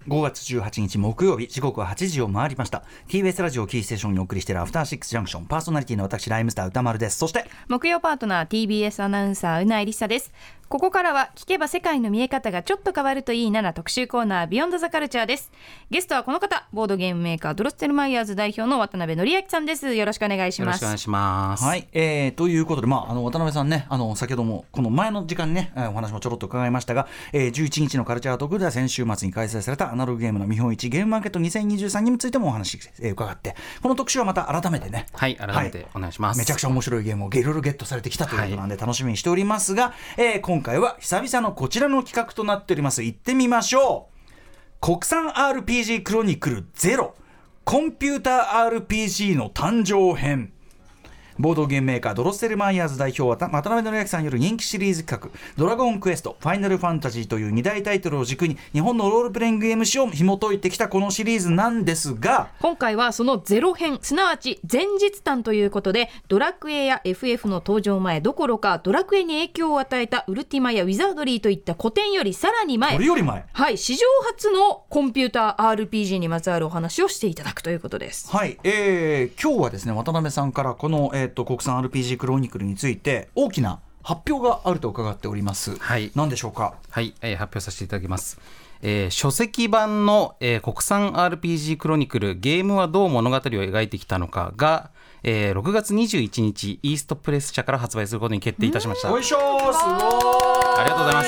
5月18日木曜日、時刻は8時を回りました。 TBS ラジオキーステーションにお送りしているアフターシックスジャンクション、パーソナリティの私ライムスター歌丸です。そして木曜パートナー TBS アナウンサーうないりさです。ここからは聞けば世界の見え方がちょっと変わるといいなな特集コーナービヨンドザカルチャーです。ゲストはこの方、ボードゲームメーカードロッセルマイヤーズ代表の渡辺則明さんです。よろしくお願いします。 よろしくお願いします。 はい、ということで、渡辺さんね、先ほどもこの前の時間にね、お話もちょろっと伺いましたが、11日のカルチャートークでは先週末に開催されたアナログゲームの見本市ゲームマーケット2023についてもお話、伺って、この特集はまた改めてね、 はい改めてお願いします。 めちゃくちゃ面白いゲームをいろいろゲットされてきたということなんで楽しみにしておりますが、今回は久々のこちらの企画となっております。行ってみましょう。国産 RPG クロニクル0コンピューター RPG の誕生編。ボードゲームメーカードロッセルマイヤーズ代表渡辺則明さんによる人気シリーズ企画ドラゴンクエスト、ファイナルファンタジーという2大タイトルを軸に日本のロールプレイングゲーム史を紐解いてきたこのシリーズなんですが、 今回はその0編、すなわち前日談ということで、ドラクエや FF の登場前どころかドラクエに影響を与えたウルティマやウィザードリーといった古典よりさらに前、 それより前、 はい、史上初のコンピューター RPG にまつわるお話をしていただくということです。 はい、今日はですね、渡辺さんからこの、国産 RPGクロニクルについて大きな発表があると伺っております。 はい、 何でしょうか。 はい、発表させていただきます。書籍版の、国産 RPG クロニクルゲームはどう物語を描いてきたのかが、6月21日イーストプレス社から発売することに決定いたしました。 おいしょー、すごーい、 ありがとうございます。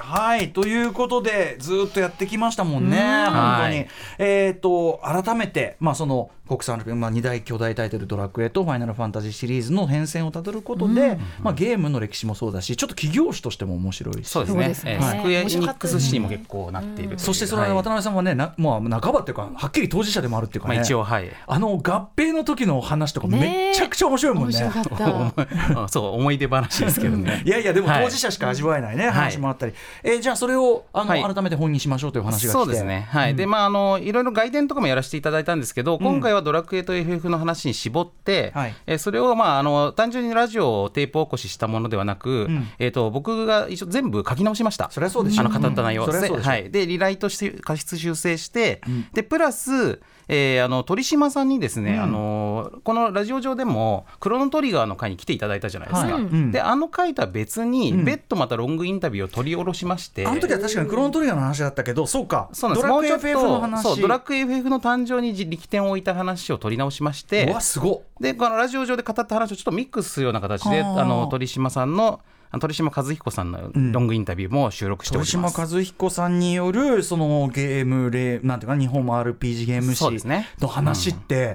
はい、ということでずっとやってきましたもんね、本当に、改めて、その国産2大巨大タイトルドラクエとファイナルファンタジーシリーズの変遷をたどることで、ゲームの歴史もそうだし、ちょっと企業史としても面白いし、 そうですね、スクエアエニックス史にも結構なっている。 そしてその渡辺さんはね、もう半ばっていうかはっきり当事者でもあるっていうかね、 一応、はい、 合併の時の話とかめちゃくちゃ面白いもんね。 面白かったそう思い出話ですけどねいやいや、でも当事者しか味わえないね、話もあったり、じゃあそれを改めて本にしましょうという話が来て、 そうですね、はい、でいろいろ外伝とかもやらせていただいたんですけど、今回はドラクエと FF の話に絞って、それを単純にラジオをテープ起こししたものではなく、僕が一応全部書き直しました。 それはそうでしょう、 語った内容でリライトして過失修正して、でプラス鳥島さんにですね、このラジオ上でもクロノトリガーの回に来ていただいたじゃないですか、で回とは別に別途またロングインタビューを取り下ろしまして、 あの時は確かにクロノトリガーの話だったけど、そうか、 そうなんです、 ドラクエ FF の話、 ドラクエ FF の誕生に力点を置いた話を取り直しまして、 うわすごでこのラジオ上で語った話をちょっとミックスするような形で鳥島さんの鳥島和彦さんのロングインタビューも収録しております。 鳥島和彦さんによるそのゲームなんていうか日本 RPG ゲーム史の話って、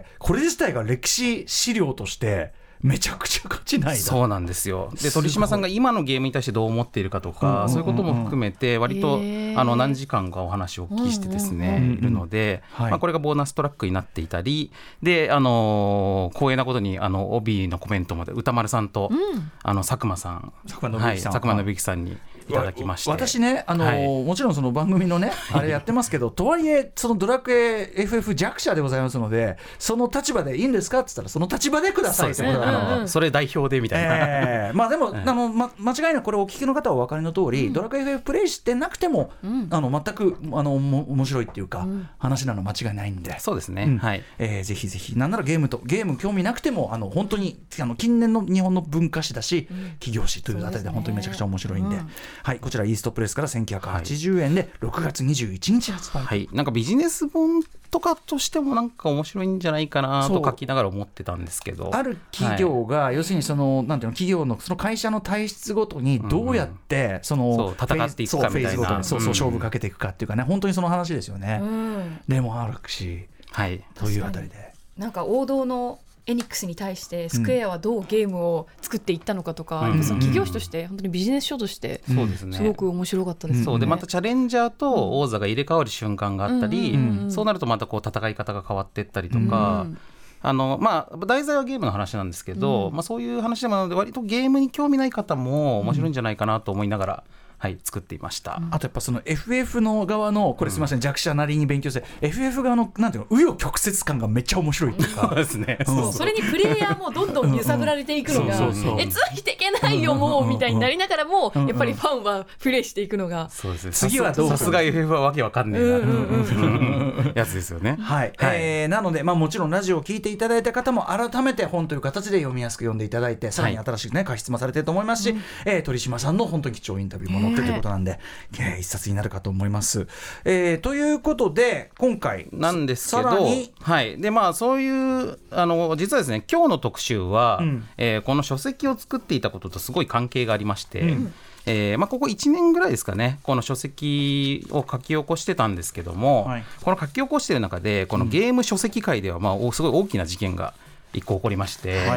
これ自体が歴史資料としてめちゃくちゃ価値ない。 そうなんですよ。で鳥島さんが今のゲームに対してどう思っているかとか、そういうことも含めて割と何時間かお話をお聞きしてですね、いるので、これがボーナストラックになっていたりで、光栄なことに帯のコメントまで歌丸さんと、佐久間さん、佐久間信之さんにいただきまして、 私ね、もちろんその番組のねあれやってますけどとはいえそのドラクエ FF 弱者でございますので、その立場でいいんですかって言ったらその立場でくださいってことだから、 それ代表でみたいな、 でも、間違いなくこれお聞きの方はお分かりの通り、ドラクエ FF プレイしてなくても、全く面白いっていうか、話なの間違いないんで、 そうですね、 ぜひぜひ、なんならゲーム興味なくても本当に近年の日本の文化史だし、企業史というあたりで本当にめちゃくちゃ面白いんで、こちらイーストプレスから1980円で6月21日発売、 なんかビジネス本とかとしてもなんか面白いんじゃないかなと書きながら思ってたんですけど、 ある企業が、要するにそのなんていうの、企業のその会社の体質ごとにどうやって戦っていくかみたいな、 勝負かけていくかっていうかね、本当にその話ですよね、でもあるし、というあたりでなんか王道のエニックスに対してスクエアはどうゲームを作っていったのかとか、その企業誌として本当にビジネス書としてすごく面白かったですね。 そうでまたチャレンジャーと王座が入れ替わる瞬間があったり、そうなるとまたこう戦い方が変わっていったりとか、題材はゲームの話なんですけど、そういう話でもなので割とゲームに興味ない方も面白いんじゃないかなと思いながら、 はい、作っていました。 あとやっぱその FF の側のこれすみません、弱者なりに勉強して FF 側のなんていうの紆余曲折感がめっちゃ面白いっていうかそうですね、 それにプレイヤーもどんどん揺さぶられていくのがついていけないよもうみたいになりながらもやっぱりファンはプレイしていくのが、 そうですね、 次はどうか、 さすが FF はわけわかんねえなやつですよね。 はい、なので、もちろんラジオを聞いていただいた方も改めて本という形で読みやすく読んでいただいて、さらに新しく加筆もされていると思いますし、鳥島さんの本当に貴重インタビューも載ってるということなんで、一冊になるかと思います。ということで今回なんですけど、はい、でそういう実はですね、今日の特集は、この書籍を作っていたこととすごい関係がありまして、ここ1年ぐらいですかね、この書籍を書き起こしてたんですけども、この書き起こしている中でこのゲーム書籍界ではすごい大きな事件が1個起こりまして、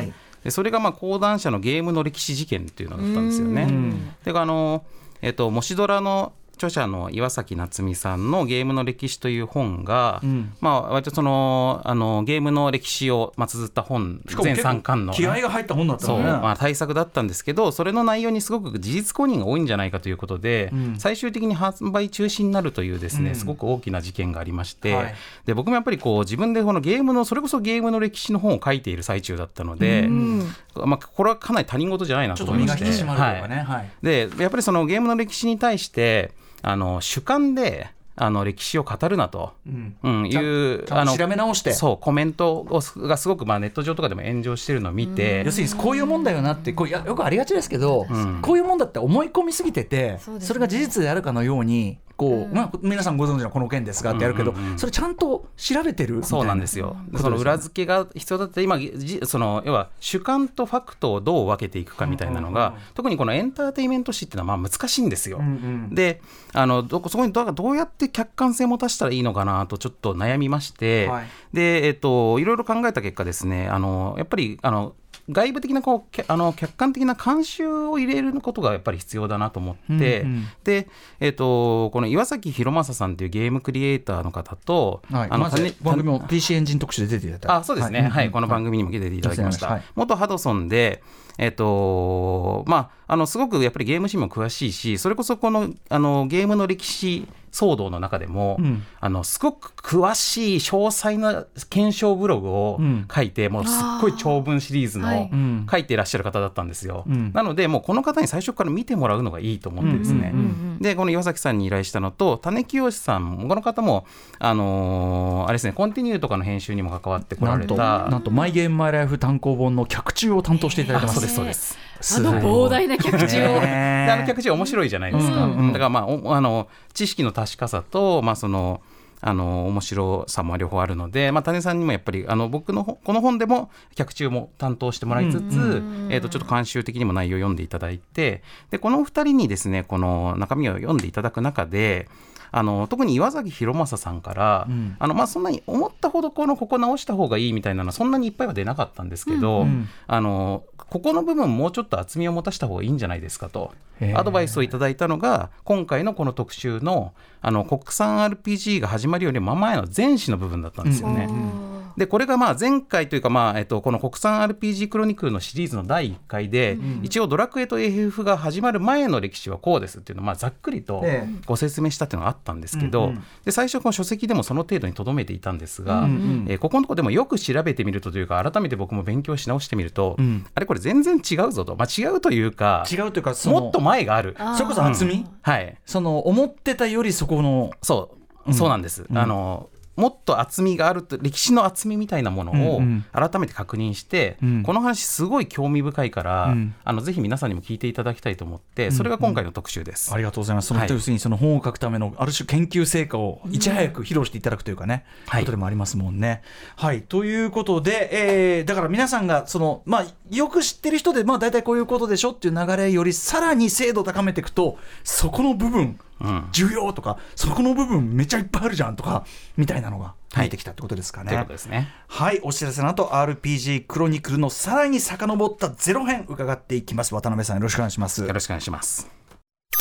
でそれが講談社のゲームの歴史事件っていうのだったんですよね。でもしドラの著者の岩崎夏美さんのゲームの歴史という本が、割とそのゲームの歴史を綴った本全3巻の気合が入った本だったのね。 大作だったんですけど、それの内容にすごく事実誤認が多いんじゃないかということで、最終的に販売中止になるというですね、すごく大きな事件がありまして、で僕もやっぱり自分でこのゲームのそれこそゲームの歴史の本を書いている最中だったので、これはかなり他人事じゃないなと思いまして、 ちょっと身が引き締まるというかね。 でやっぱりそのゲームの歴史に対して主観で歴史を語るなという調べ直してコメントがすごくネット上とかでも炎上してるのを見て、 要するにこういうもんだよなってよくありがちですけど、こういうもんだって思い込みすぎてて、それが事実であるかのように皆さんご存知のこの件ですがってやるけど、それちゃんと調べてるみたいな。 そうなんですよ。その裏付けが必要だって今要は主観とファクトをどう分けていくかみたいなのが、特にこのエンターテインメント史っていうのは難しいんですよ。でそこにどうやって客観性を持たせたらいいのかなとちょっと悩みまして、でいろいろ考えた結果ですね、やっぱり外部的な客観的な監修を入れることがやっぱり必要だなと思って、でこの岩崎宏正さんというゲームクリエイターの方と、 まず番組も PC エンジン特集で出ていただいた。 そうですね、この番組にも出ていただきました。元ハドソンで、すごくやっぱりゲーム史も詳しいし、それこそこのゲームの歴史騒動の中でも、すごく詳しい詳細な検証ブログを書いて、もうすっごい長文シリーズの書いていらっしゃる方だったんですよ。なのでもうこの方に最初から見てもらうのがいいと思ってですね、でこの岩崎さんに依頼したのと、種清さん、この方もあれですね、コンティニューとかの編集にも関わってこられた、 なんとマイゲームマイライフ単行本の脚注を担当していただいてます。 そうです。 膨大な脚注を脚注面白いじゃないですか。だから知識の確かさと、面白さも両方あるので、種さんにもやっぱり僕のこの本でも脚注も担当してもらいつつ、ちょっと監修的にも内容を読んでいただいて、でこの2人にですねこの中身を読んでいただく中で、特に岩崎宏正さんから、そんなに思ったほどここ直した方がいいみたいなのはそんなにいっぱいは出なかったんですけど、ここの部分もうちょっと厚みを持たせた方がいいんじゃないですかとアドバイスをいただいたのが、今回のこの特集の国産 RPG が始まるよりも前の前史の部分だったんですよね。でこれが前回というか、この国産 RPG クロニクルのシリーズの第1回で、一応ドラクエと FF が始まる前の歴史はこうですっていうのをざっくりとご説明したっていうのがあったんですけど、で最初この書籍でもその程度にとどめていたんですが、ここのところでもよく調べてみるというか、改めて僕も勉強し直してみると、あれこれ全然違うぞと、違うというかもっと前がある、 それこそ厚み、その思ってたよりそこのそうなんです、もっと厚みがあると、歴史の厚みみたいなものを改めて確認して、この話すごい興味深いから、ぜひ皆さんにも聞いていただきたいと思って、それが今回の特集です。 ありがとうございます。要するにその本を書くためのある種研究成果をいち早く披露していただくというかね、ことでもありますもんね。ということで、だから皆さんがよく知ってる人で大体こういうことでしょっていう流れよりさらに精度を高めていくと、そこの部分重要とか、そこの部分めちゃいっぱいあるじゃんとかみたいなのが見えてきたってことですかね。 ということですね。 お知らせの後 RPG クロニクルのさらに遡った0編伺っていきます。渡辺さんよろしくお願いします。 よろしくお願いします。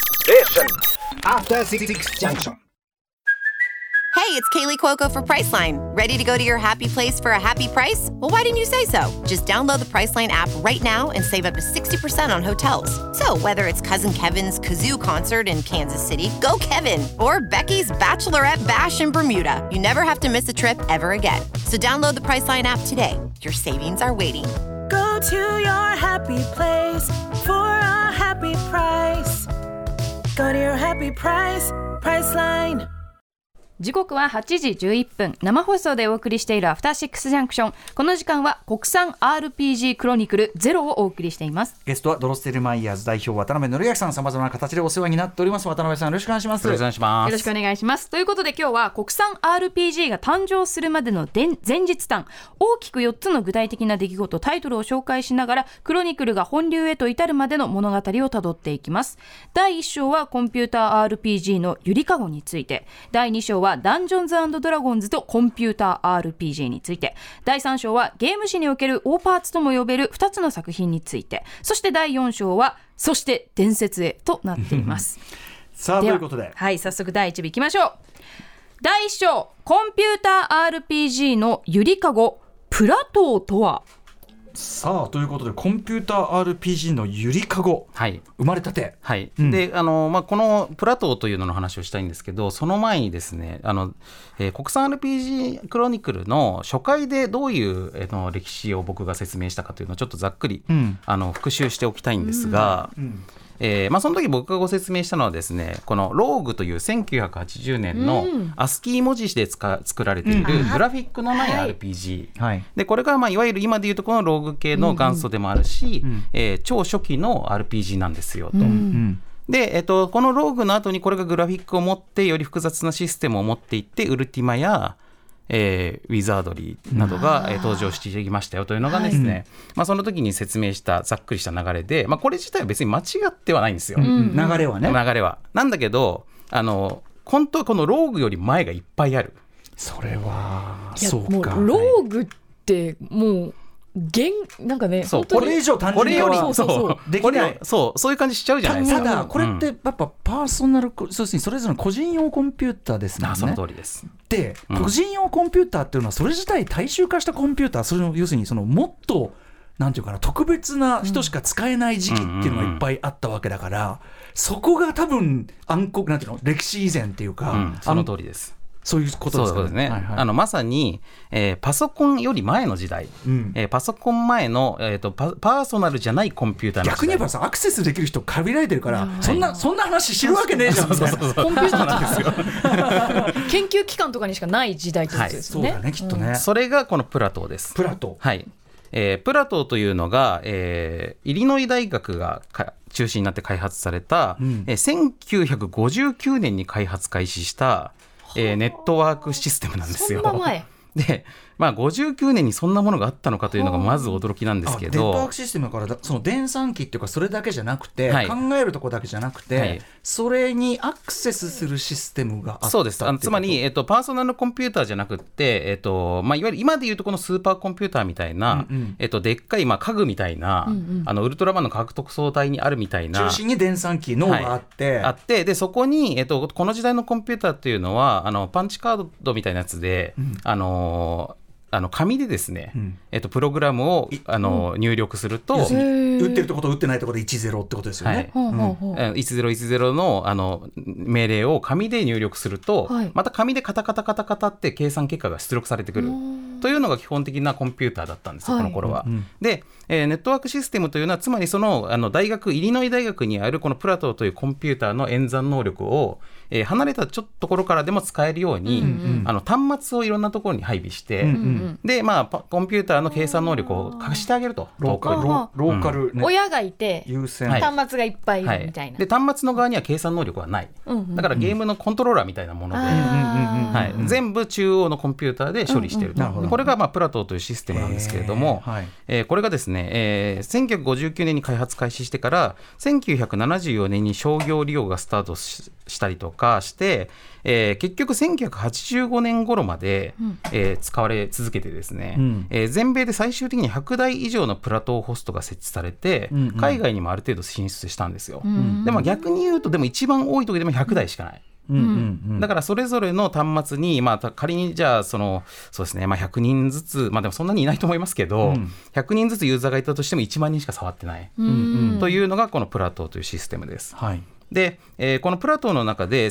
After 66 junction. Hey, it's Kaylee Cuoco for Priceline. Ready to go to your happy place for a happy price? Well, why didn't you say so? Just download the Priceline app right now and save up to 60% on hotels. So whether it's Cousin Kevin's Kazoo Concert in Kansas City, go Kevin, or Becky's Bachelorette Bash in Bermuda, you never have to miss a trip ever again. So download the Priceline app today. Your savings are waiting. Go to your happy place for a happy price. Go to your happy price, Priceline. 時刻は8時11分、生放送でお送りしているアフターシックスジャンクション。この時間は国産 RPG クロニクルゼロをお送りしています。 ゲストはドロステルマイヤーズ代表渡辺則明さん、さまざまな形でお世話になっております。渡辺さん、よろしくお願いします。 よろしくお願いします。 よろしくお願いします。ということで今日は国産 RPG が誕生するまでの前日譚、大きく4つの具体的な出来事、タイトルを紹介しながらクロニクルが本流へと至るまでの物語をたどっていきます。第1章はコンピューター RPG のゆりかごについて、第2章はダンジョンズ&ドラゴンズとコンピューター RPG について、第3章はゲーム史における大パーツとも呼べる2つの作品について、そして第4章はそして伝説へとなっていますさあ、ということで、 はい、早速第1部いきましょう。第1章、コンピューター RPG のゆりかごプラトーとは。 さあ、ということでコンピューター RPG のゆりかご、 はい、 生まれたて、 はい、でこのプラトーというのの話をしたいんですけど、その前にですね、国産 RPG クロニクルの初回でどういう、歴史を僕が説明したかというのをちょっとざっくり、復習しておきたいんですが、その時僕がご説明したのはですね、このローグという1980年のアスキー文字で作られているグラフィックのない RPG、でこれがいわゆる今でいうとこのローグ系の元祖でもあるし、超初期の RPG なんですよと。でこのローグの後にこれがグラフィックを持ってより複雑なシステムを持っていって、ウルティマやウィザードリーなどが登場していましたよというのがですね、その時に説明したざっくりした流れで、これ自体は別に間違ってはないんですよ、 流れはね。 流れはなんだけど、本当はこのローグより前がいっぱいある。 それはそうか、もうローグってもうなんかね、 そうこれ以上単純にはできない、 そういう感じしちゃうじゃないですか。 ただこれってやっぱパーソナル、それぞれの個人用コンピューターですもんね。 その通りです。 で、個人用コンピューターっていうのはそれ自体大衆化したコンピューター、それの要するにもっとなんていうかな、特別な人しか使えない時期っていうのがいっぱいあったわけだから、そこが多分暗黒なんていうの、歴史以前っていうか、 その通りです。 そういうことですかね。そうですね、 まさに、パソコンより前の時代、パソコン前の、パーソナルじゃないコンピューターの時代。 逆に言えばさ、アクセスできる人限られてるから、そんな話知るわけねえじゃんみたいな。コンピューターなんですよ研究機関とかにしかない時代ってことですよね。 そうだね、きっとね。 それがこのプラトーです。 プラトー、 はい。プラトーというのが、イリノイ大学が中心になって開発された、1959年に開発開始したネットワークシステムなんですよ。 そんな前で、59年にそんなものがあったのかというのがまず驚きなんですけど、 ネットワークシステムからその電算機っていうか、それだけじゃなくて、考えるとこだけじゃなくて、それにアクセスするシステムがあった。 そうです。つまり、パーソナルコンピューターじゃなくて、いわゆる今でいうとこのスーパーコンピューターみたいな、でっかい家具みたいな、ウルトラマンの科学特捜隊にあるみたいな、 中心に電算機脳があって、 でそこに、この時代のコンピューターっていうのはパンチカードみたいなやつで、紙でですね、プログラムを入力すると、 打ってるところと打ってないところで10ってことですよね。 1010の命令を紙で入力すると、また紙でカタカタカタカタって計算結果が出力されてくるというのが基本的なコンピューターだったんですよ、この頃は。で、ネットワークシステムというのは、つまりそのイリノイ大学にあるこのプラトーというコンピューターの演算能力を、離れたちょっとところからでも使えるように、端末をいろんなところに配備して、でコンピューターの計算能力を貸してあげると。 ローカル、 親がいて優先、 端末がいっぱいいるみたいな。 で端末の側には計算能力はない、だからゲームのコントローラーみたいなもので、全部中央のコンピューターで処理していると。これがプラトーというシステムなんですけれども、これがですね、1959年に開発開始してから1974年に商業利用がスタートしたりとかして、結局1985年頃まで、使われ続けてですね、全米で最終的に100台以上のプラトーホストが設置されて、海外にもある程度進出したんですよ。でも逆に言うと、でも一番多い時でも100台しかない。 だからそれぞれの端末に、仮にじゃあそうですね、100人ずつ、でもそんなにいないと思いますけど、100人ずつユーザーがいたとしても1万人しか触ってない、というのがこのプラトーというシステムです。で、このプラトーの中で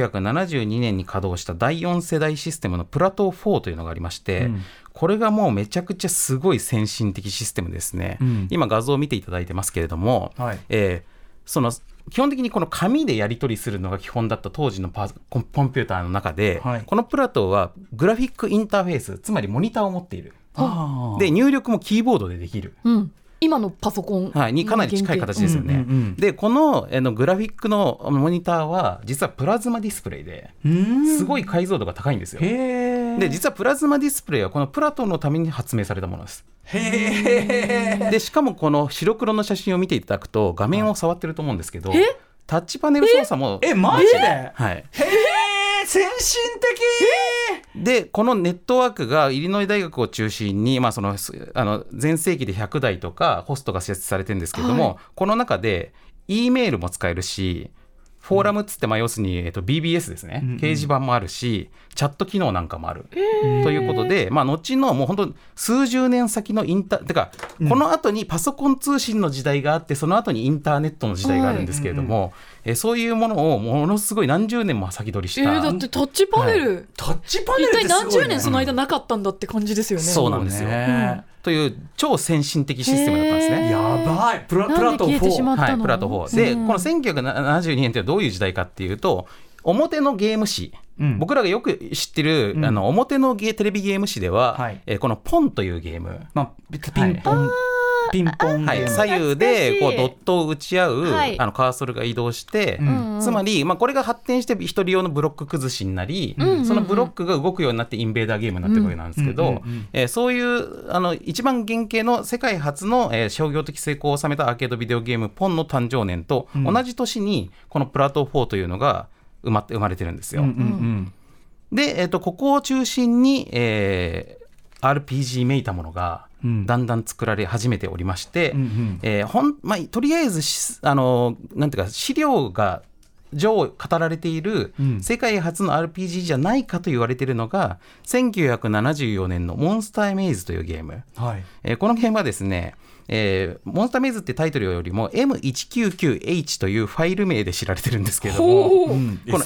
1972年に稼働した第4世代システムのプラトー4というのがありまして、これがもうめちゃくちゃすごい先進的システムですね。今画像を見ていただいてますけれども、基本的にこの紙でやり取りするのが基本だった当時のコンピューターの中で、このプラトーはグラフィックインターフェース、つまりモニターを持っている。で、入力もキーボードでできる。 今のパソコン、 にかなり近い形ですよね。で、このグラフィックのモニターは実はプラズマディスプレイですごい解像度が高いんですよ。で、実はプラズマディスプレイはこのプラトーのために発明されたものです。で、しかもこの白黒の写真を見ていただくと画面を触ってると思うんですけど、タッチパネル操作もマジで、先進的で、このネットワークがイリノイ大学を中心に、全盛期で100台とかホストが設置されてるんですけれども、この中で E メールも使えるし、フォーラムっつって要するに、BBS ですね、掲示板もあるし、チャット機能なんかもある、ということで、後のもう本当数十年先のてか、この後にパソコン通信の時代があって、その後にインターネットの時代があるんですけれども、そういうものをものすごい何十年も先取りした。 だってタッチパネル、 タッチパネルってすごいね。 一体何十年その間なかったんだって感じですよね。 そうなんですよ。という超先進的システムだったんですね。 やばい。プラトー 4。プラトー4。で、この1972年ってどういう時代かっていうと、表のゲーム誌、僕らがよく知ってる、表のテレビゲーム誌では、このポンというゲーム、 ピンポン左右でこうドットを打ち合う、カーソルが移動して、つまり、これが発展して一人用のブロック崩しになり、そのブロックが動くようになってインベーダーゲームになってるわけなんですけど、そういう一番原型の世界初の、商業的成功を収めたアーケードビデオゲームポンの誕生年と同じ年にこのプラトー4というのが生まれてるんですよ。で、ここを中心に、RPG めいたものがだんだん作られ始めておりまして、とりあえずなんていうか資料が上語られている世界初の RPG じゃないかと言われているのが1974年のモンスターメイズというゲーム、このゲームはですね、モンスターメイズってタイトルよりも M199H というファイル名で知られてるんですけれども、この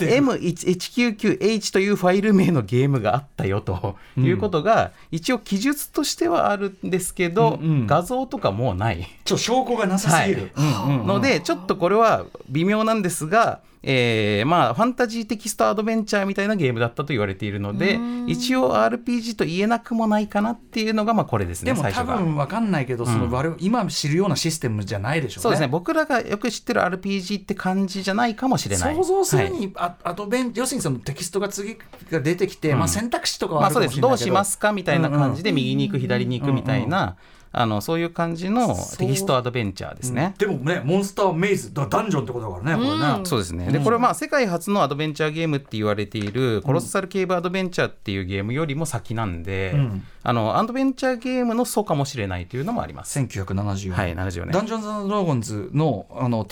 M199H というファイル名のゲームがあったよということが一応記述としてはあるんですけど、画像とかもうない、 証拠がなさすぎる、 のでちょっとこれは微妙なんですが、ファンタジーテキストアドベンチャーみたいなゲームだったと言われているので、一応 RPG と言えなくもないかなっていうのがこれですね。 でも多分分かんないけど、今知るようなシステムじゃないでしょうね。 そうですね、僕らがよく知ってる RPG って感じじゃないかもしれない。 想像するに、要するにそのテキストが次が出てきて、選択肢とかはあるかもしれないけど、 どうしますかみたいな感じで右に行く左に行くみたいな、そういう感じのテキストアドベンチャーですね。 でもね、モンスターメイズダンジョンってことだからね、これね。 そうですね。で、これは世界初のアドベンチャーゲームって言われているコロッサルケーブアドベンチャーっていうゲームよりも先なんで、アドベンチャーゲームの祖かもしれないというのもあります。 1974年、 74年ダンジョンズ&ドラゴンズの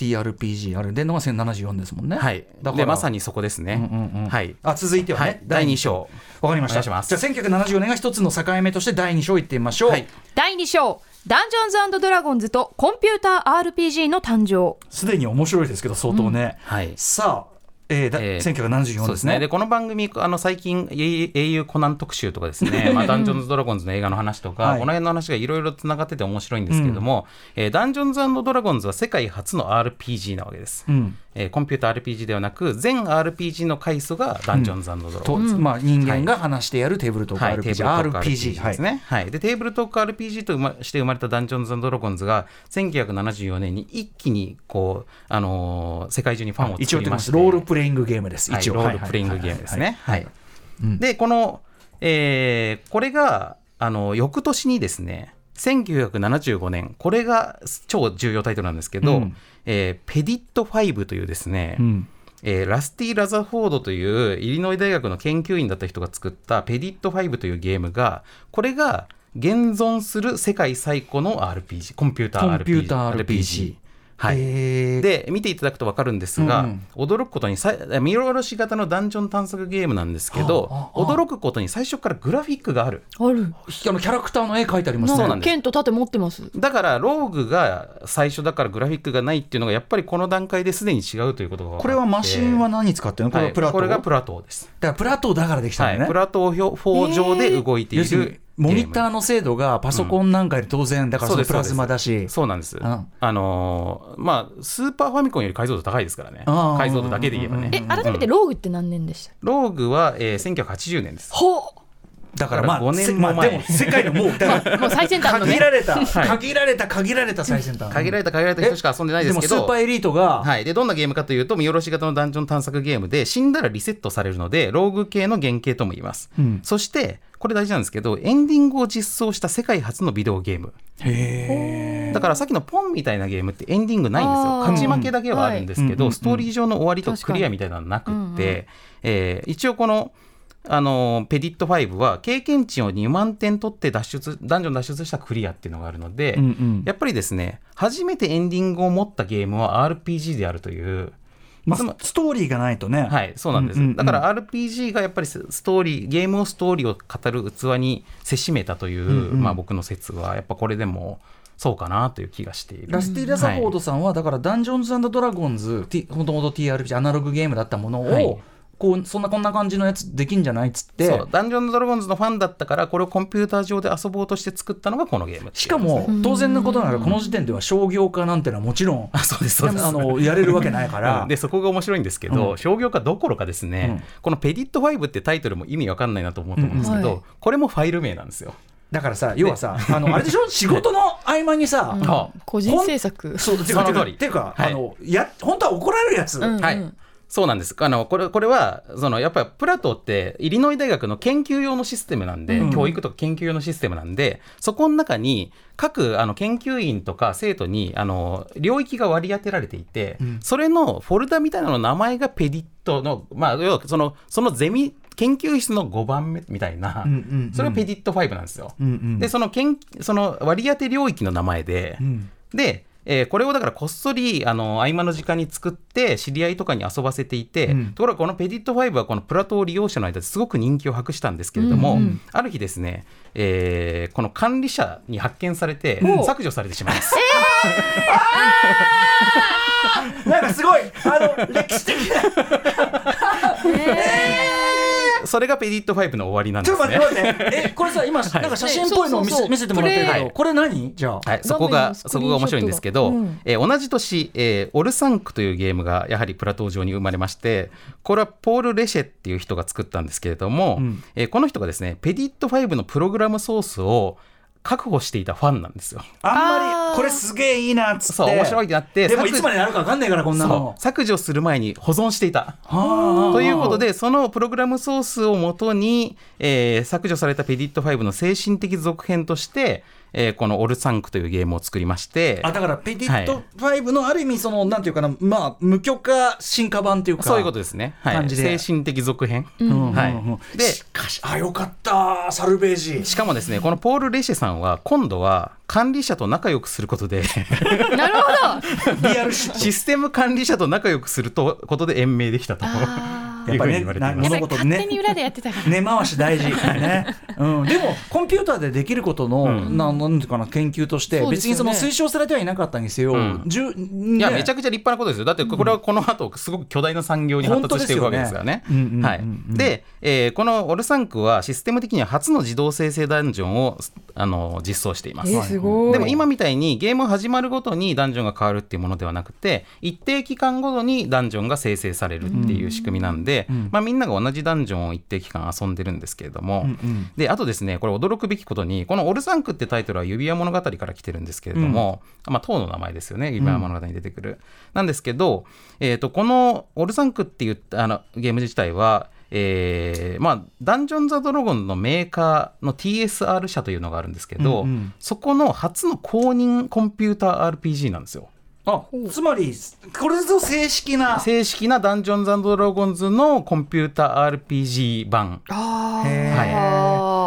TRPG あれでのが1074ですもんね。 でまさにそこですね。 続いてはね、 第2章。 わかりました。じゃあ1974年が一つの境目として第2章いってみましょう。 第2章、ダンジョンズ&ドラゴンズとコンピューター RPG の誕生。 すでに面白いですけど相当ね。さあ、1974ですね。 でこの番組最近英雄コナン特集とかですね、ダンジョンズドラゴンズの映画の話とか、この辺の話がいろいろつながってて面白いんですけれども、ダンジョンズ&ドラゴンズは世界初の RPG なわけです。コンピューター RPG ではなく全 RPG の開祖がダンジョンズ&ドラゴンズ、 人間が話してやるテーブルトーク RPG ですね。でテーブルトーク RPG として生まれたダンジョンズ&ドラゴンズが1974年に一気に世界中にファンを作りまして、 ロールプレイングゲームです。一応ロールプレイングゲームですね。でこれが翌年にですね、1975年、これが超重要タイトルなんですけど、ペディット5というですね、ラスティ・ラザフォードというイリノイ大学の研究員だった人が作ったペディット5というゲームが、これが現存する世界最古の RPG、コンピューター RPG。 はい、で見ていただくと分かるんですが、驚くことに見下ろし型のダンジョン探索ゲームなんですけど、驚くことに最初からグラフィックがある。 キャラクターの絵描いてありますね。 そうなんです。 剣と盾持ってます。 だからローグが最初だからグラフィックがないっていうのがやっぱりこの段階ですでに違うということが分かって。 これはマシンは何使ってるの？これはプラトー、 これがプラトーです。 だからプラトーだからできたんだね。 プラトー4上で動いている。 モニターの精度がパソコンなんかより当然、だからそのプラズマだし、 そうなんです。まあスーパーファミコンより解像度高いですからね。解像度だけで言えばね。 改めてローグって何年でした？ ローグは、1980年です。 だからまあ 5年も前、 でも世界のもう最先端のね、 限られた最先端、 限られた人しか遊んでないですけど、 でもスーパーエリートが、 はい、でどんなゲームかというと見下ろし型のダンジョン探索ゲームで死んだらリセットされるのでローグ系の原型とも言います、そしてこれ大事なんですけどエンディングを実装した世界初のビデオゲーム。だからさっきのポンみたいなゲームってエンディングないんですよ。勝ち負けだけはあるんですけど、ストーリー上の終わりとクリアみたいなのはなくって、一応このペディット5は経験値を2万点取ってダンジョン脱出したクリアっていうのがあるので、やっぱりですね初めてエンディングを持ったゲームは RPG であるという、 ストーリーがないとね。 はい、そうなんです、だから RPG がやっぱりゲームをストーリーを語る器にせしめたという、僕の説はやっぱこれでもそうかなという気がしている。 ラスティラサフォードさんはだからダンジョンズ&ドラゴンズもともと TRPG アナログゲームだったものを、こんな感じのやつできんじゃないっつって、 そうダンジョンズ・ドラゴンズのファンだったからこれをコンピューター上で遊ぼうとして作ったのがこのゲーム。 しかも当然のことながらこの時点では商業化なんてのはもちろんやれるわけないからでそこが面白いんですけど、商業化どころかですね、このペディット5ってタイトルも意味わかんないなと思うと思うんですけど、これもファイル名なんですよ。 だからさ、要はさ、あれでしょ、仕事の合間にさ、 個人制作、 そうその通りっていうか、本当は怒られるやつ、 はい、そうなんです。これはやっぱりプラトーってイリノイ大学の研究用のシステムなんで、教育とか研究用のシステムなんで、そこの中に各研究員とか生徒に領域が割り当てられていて、それのフォルダみたいなの名前がペディットの、要はそのゼミ研究室の5番目みたいな、それがペディット5なんですよ。でその割り当て領域の名前で、これをだからこっそり合間の時間に作って知り合いとかに遊ばせていて、ところがこのペディット5はこのプラトー利用者の間ですごく人気を博したんですけれども、ある日ですね、この管理者に発見されて削除されてしまいます。 なんかすごい歴史的なそれがペディット5の終わりなんですね。 ちょっと待ってこれさ今なんか写真っぽいのを見せてもらってるけど、これ何じゃあ、 そこが面白いんですけど、同じ年、オルサンクというゲームがやはりプラトー上に生まれまして、これはポール・レシェっていう人が作ったんですけれども、この人がですねペディット5のプログラムソースを確保していたファンなんですよ。 あんまりこれすげえいいなっつって、 そう面白いってなって、 でもいつまでなるか分かんないからこんなの削除する前に保存していたということで、そのプログラムソースをもとに、削除されたペディット5の精神的続編としてこのオルサンクというゲームを作りまして、 だからペディット5のある意味なんていうかな、無許可進化版というかそういうことですね、感じで精神的続編、 でしかしよかったサルベージ。 しかもですねこのポール・レシェさんは今度は管理者と仲良くすることでなるほどリアルシステム管理者と仲良くすることで延命できたとやっぱりね、 物事ね、勝手に裏でやってたから根回し大事ね、でもコンピューターでできることの、なんていうかな研究として別に推奨されてはいなかったにせよ、 いやめちゃくちゃ立派なことですよ。だってこれはこの後すごく巨大な産業に発達していくわけですからね。で、このオルサンクはシステム的には初の自動生成ダンジョンを実装しています。 すごい。 でも今みたいにゲーム始まるごとにダンジョンが変わるっていうものではなくて、一定期間ごとにダンジョンが生成されるっていう仕組みなんで、みんなが同じダンジョンを一定期間遊んでるんですけれども、であとですねこれ驚くべきことにこのオルサンクってタイトルは指輪物語から来てるんですけれども、塔の名前ですよね、指輪物語に出てくる、なんですけど、このオルサンクっていうゲーム自体はダンジョンズ・ドラゴンのメーカーの TSR 社というのがあるんですけど、そこの初の公認コンピューター RPG なんですよ。 つまりこれぞ正式なダンジョンズ&ドラゴンズのコンピューター RPG 版。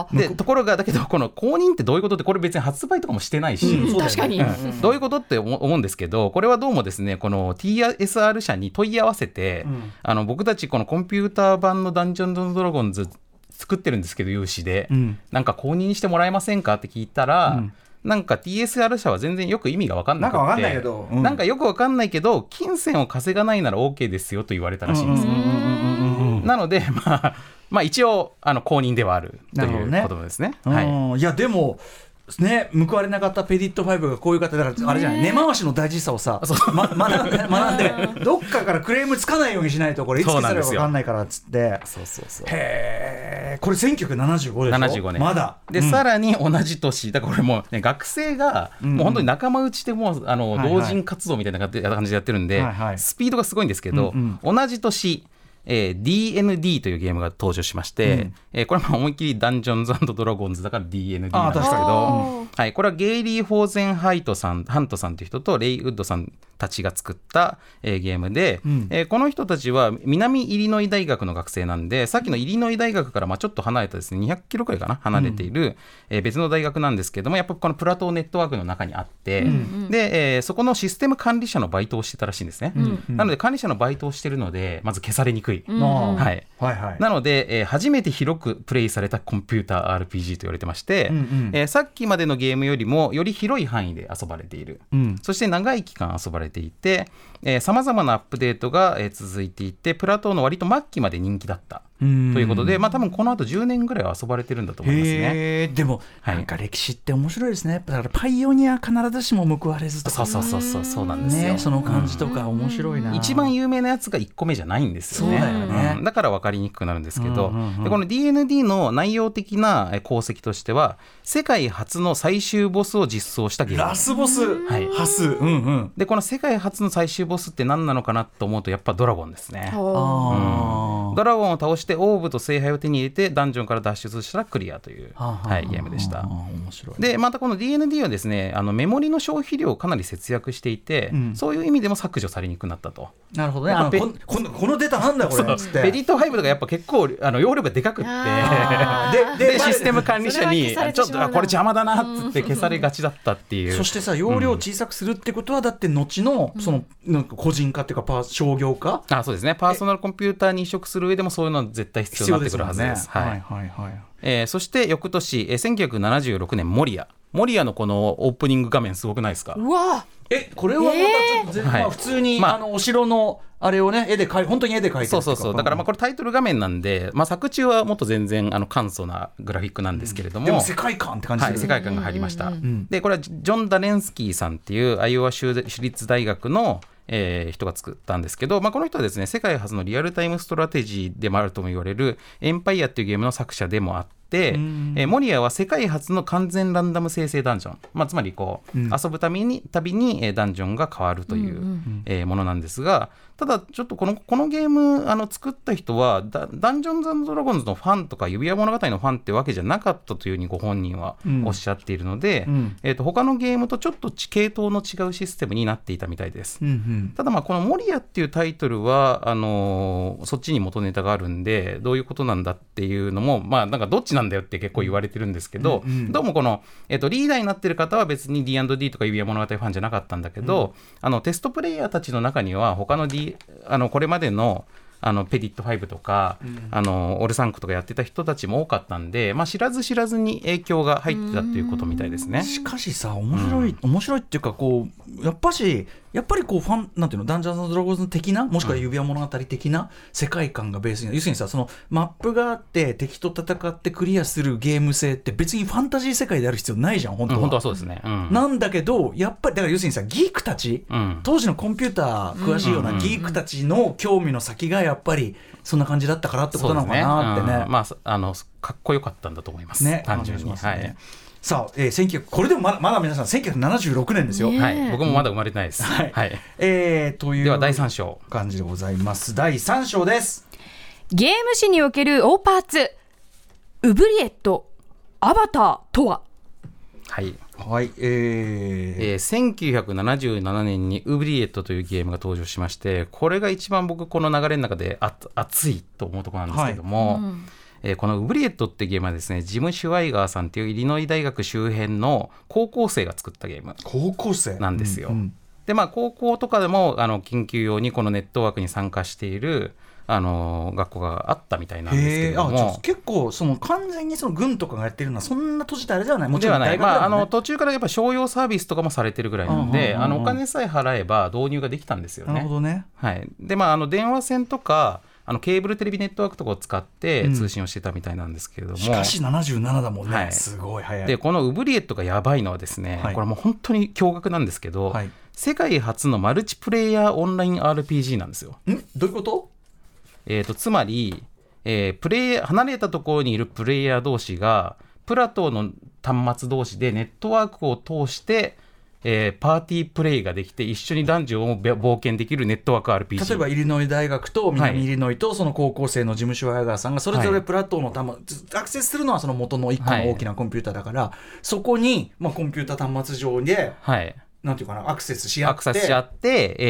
でところがだけどこの公認ってどういうことってこれ別に発売とかもしてないし、 確かに、 どういうことって思うんですけど、これはどうもですねこの TSR 社に問い合わせて、僕たちこのコンピューター版のダンジョンズ&ドラゴンズ作ってるんですけど有志で、なんか公認してもらえませんかって聞いたら、なんか TSR 社は全然よく意味が分かんなくて、 なんか分かんないけど、 なんかよく分かんないけど金銭を稼がないなら OK ですよと言われたらしいんですよ。なのでまあ一応公認ではあるということですね。 いやでもね、報われなかったペディット5がこういう方だからあれじゃない、根回しの大事さをさ、学んでどっかからクレームつかないようにしないとこれいつ消されるか分かんないからっつって、へー、これ1975でしょ。 75年まだで、さらに同じ年だからこれもう、ね、学生がもう本当に仲間内でもう同人活動みたいな感じでやってるんで、スピードがすごいんですけど、同じ年DND というゲームが登場しまして、これは思いっきりダンジョンズ&ドラゴンズだから DND なんですけど、これはゲイリー・フォーゼンハントさんという人とレイ・ウッドさんたちが作った、ゲームで、この人たちは南イリノイ大学の学生なんで、さっきのイリノイ大学からちょっと離れたですね200キロくらいかな離れている、別の大学なんですけども、やっぱこのプラトーネットワークの中にあって、で、そこのシステム管理者のバイトをしてたらしいんですね。なので管理者のバイトをしてるのでまず消されにくい。なので、初めて広くプレイされたコンピューター RPG と言われてまして、さっきまでのゲームよりもより広い範囲で遊ばれている、そして長い期間遊ばれていて、さまざまなアップデートが、続いていて、プラトーの割と末期まで人気だったということで、多分この後10年ぐらいは遊ばれてるんだと思いますね。 でも、なんか歴史って面白いですね。だからパイオニア必ずしも報われずとか、 そうなんですよ、 その感じとか面白いな。 一番有名なやつが1個目じゃないんですよね。 そうだよね、 だから分かりにくくなるんですけど、でこの DND の内容的な功績としては、世界初の最終ボスを実装したゲーム。 ラスボス、ハス、 でこの世界初の最終ボスって何なのかなと思うと、やっぱドラゴンですね。ドラゴンを倒してオーブと聖杯を手に入れてダンジョンから脱出したらクリアという、ゲームでした。 面白い。 でまたこの DND はですね、メモリの消費量をかなり節約していて、そういう意味でも削除されにくくなったと。 なるほどね。このデータなんだこれっつって、 ペディット5とかやっぱ結構容量がでかくってでシステム管理者にちょっとこれ邪魔だなっつって消されがちだったっていう。 そしてさ、容量を小さくするってことは、だって後のそのなんか個人化っていうか商業化、 そうですね、パーソナルコンピューターに移植する上でもそういうのは絶対必要になってくるはずです。そして翌年、1976年モリアのこのオープニング画面すごくないですか。 うわ、 これはまたちょっと普通に、お城のあれをね本当に絵で描いてる。 そうだからこれタイトル画面なんで、作中はもっと全然簡素なグラフィックなんですけれども、 でも世界観って感じです世界観が入りました。でこれはジョン・ダレンスキーさんっていうアイオワ州立大学の人が作ったんですけど、この人はですね、世界初のリアルタイムストラテジーでもあるとも言われるエンパイアっていうゲームの作者でもあって、モリアは世界初の完全ランダム生成ダンジョン、つまり遊ぶたびにダンジョンが変わるという、ものなんですが、ただちょっとこのゲーム作った人はダンジョンズ&ドラゴンズのファンとか指輪物語のファンってわけじゃなかったというふうにご本人はおっしゃっているので、他のゲームとちょっと系統の違うシステムになっていたみたいです。ただこのモリアっていうタイトルはそっちに元ネタがあるんで、どういうことなんだっていうのもなんかどっちなんだよって結構言われてるんですけど、どうもこの、リーダーになってる方は別に D&D とか指輪物語ファンじゃなかったんだけど、テストプレイヤーたちの中には他のこれまでのペディット5とか、オルサンクとかやってた人たちも多かったんで、知らず知らずに影響が入ってたということみたいですね。 しかしさ、面白いっていうか、やっぱりファンなんていうの、ダンジョンズ&ドラゴンズ的な、もしくは指輪物語的な世界観がベースに、要するにさ、そのマップがあって敵と戦ってクリアするゲーム性って別にファンタジー世界である必要ないじゃん、本当は。 本当はそうですね。 なんだけどやっぱりだから要するにさ、ギークたち、当時のコンピューター詳しいようなギークたちの興味の先がやっぱりそんな感じだったからってことなのかなってね。 かっこよかったんだと思います。単純に。 さあ、これでもまだ皆さん1976年ですよ。 僕もまだ生まれてないです。 というでは第3章感じでございます。第3章です。 ゲーム史における大パーツ、ウブリエットアバターとは。 1977年にウブリエットというゲームが登場しまして、これが一番僕この流れの中で熱いと思うところなんですけども、 このウブリエットってゲームはですね、ジム・シュワイガーさんっていうイリノイ大学周辺の高校生が作ったゲームなんですよ。で高校とかでも研究用にこのネットワークに参加している学校があったみたいなんですけれども、 結構完全に軍とかがやってるのはそんな閉じたあれではない、もちろん大学ではない、途中からやっぱ商用サービスとかもされてるぐらいなので、お金さえ払えば導入ができたんですよね。 なるほどね。 はい、で電話線とかケーブルテレビネットワークとかを使って通信をしてたみたいなんですけれども、 しかし77だもんね、すごい早い。 でこのウブリエットがやばいのはですね、これもう本当に驚愕なんですけど、世界初のマルチプレイヤーオンライン RPG なんですよ。 どういうこと？ つまり、離れたところにいるプレイヤー同士がプラトーの端末同士でネットワークを通して、パーティープレイができて一緒にダンジョンを冒険できるネットワーク RPG。 例えばイリノイ大学と南イリノイとその高校生の事務所ワイガーさんがそれぞれプラトーのアクセスするのはその元の1個の大きなコンピューターだから、そこに、コンピューター端末上で、なんていうかな、アクセスし合って、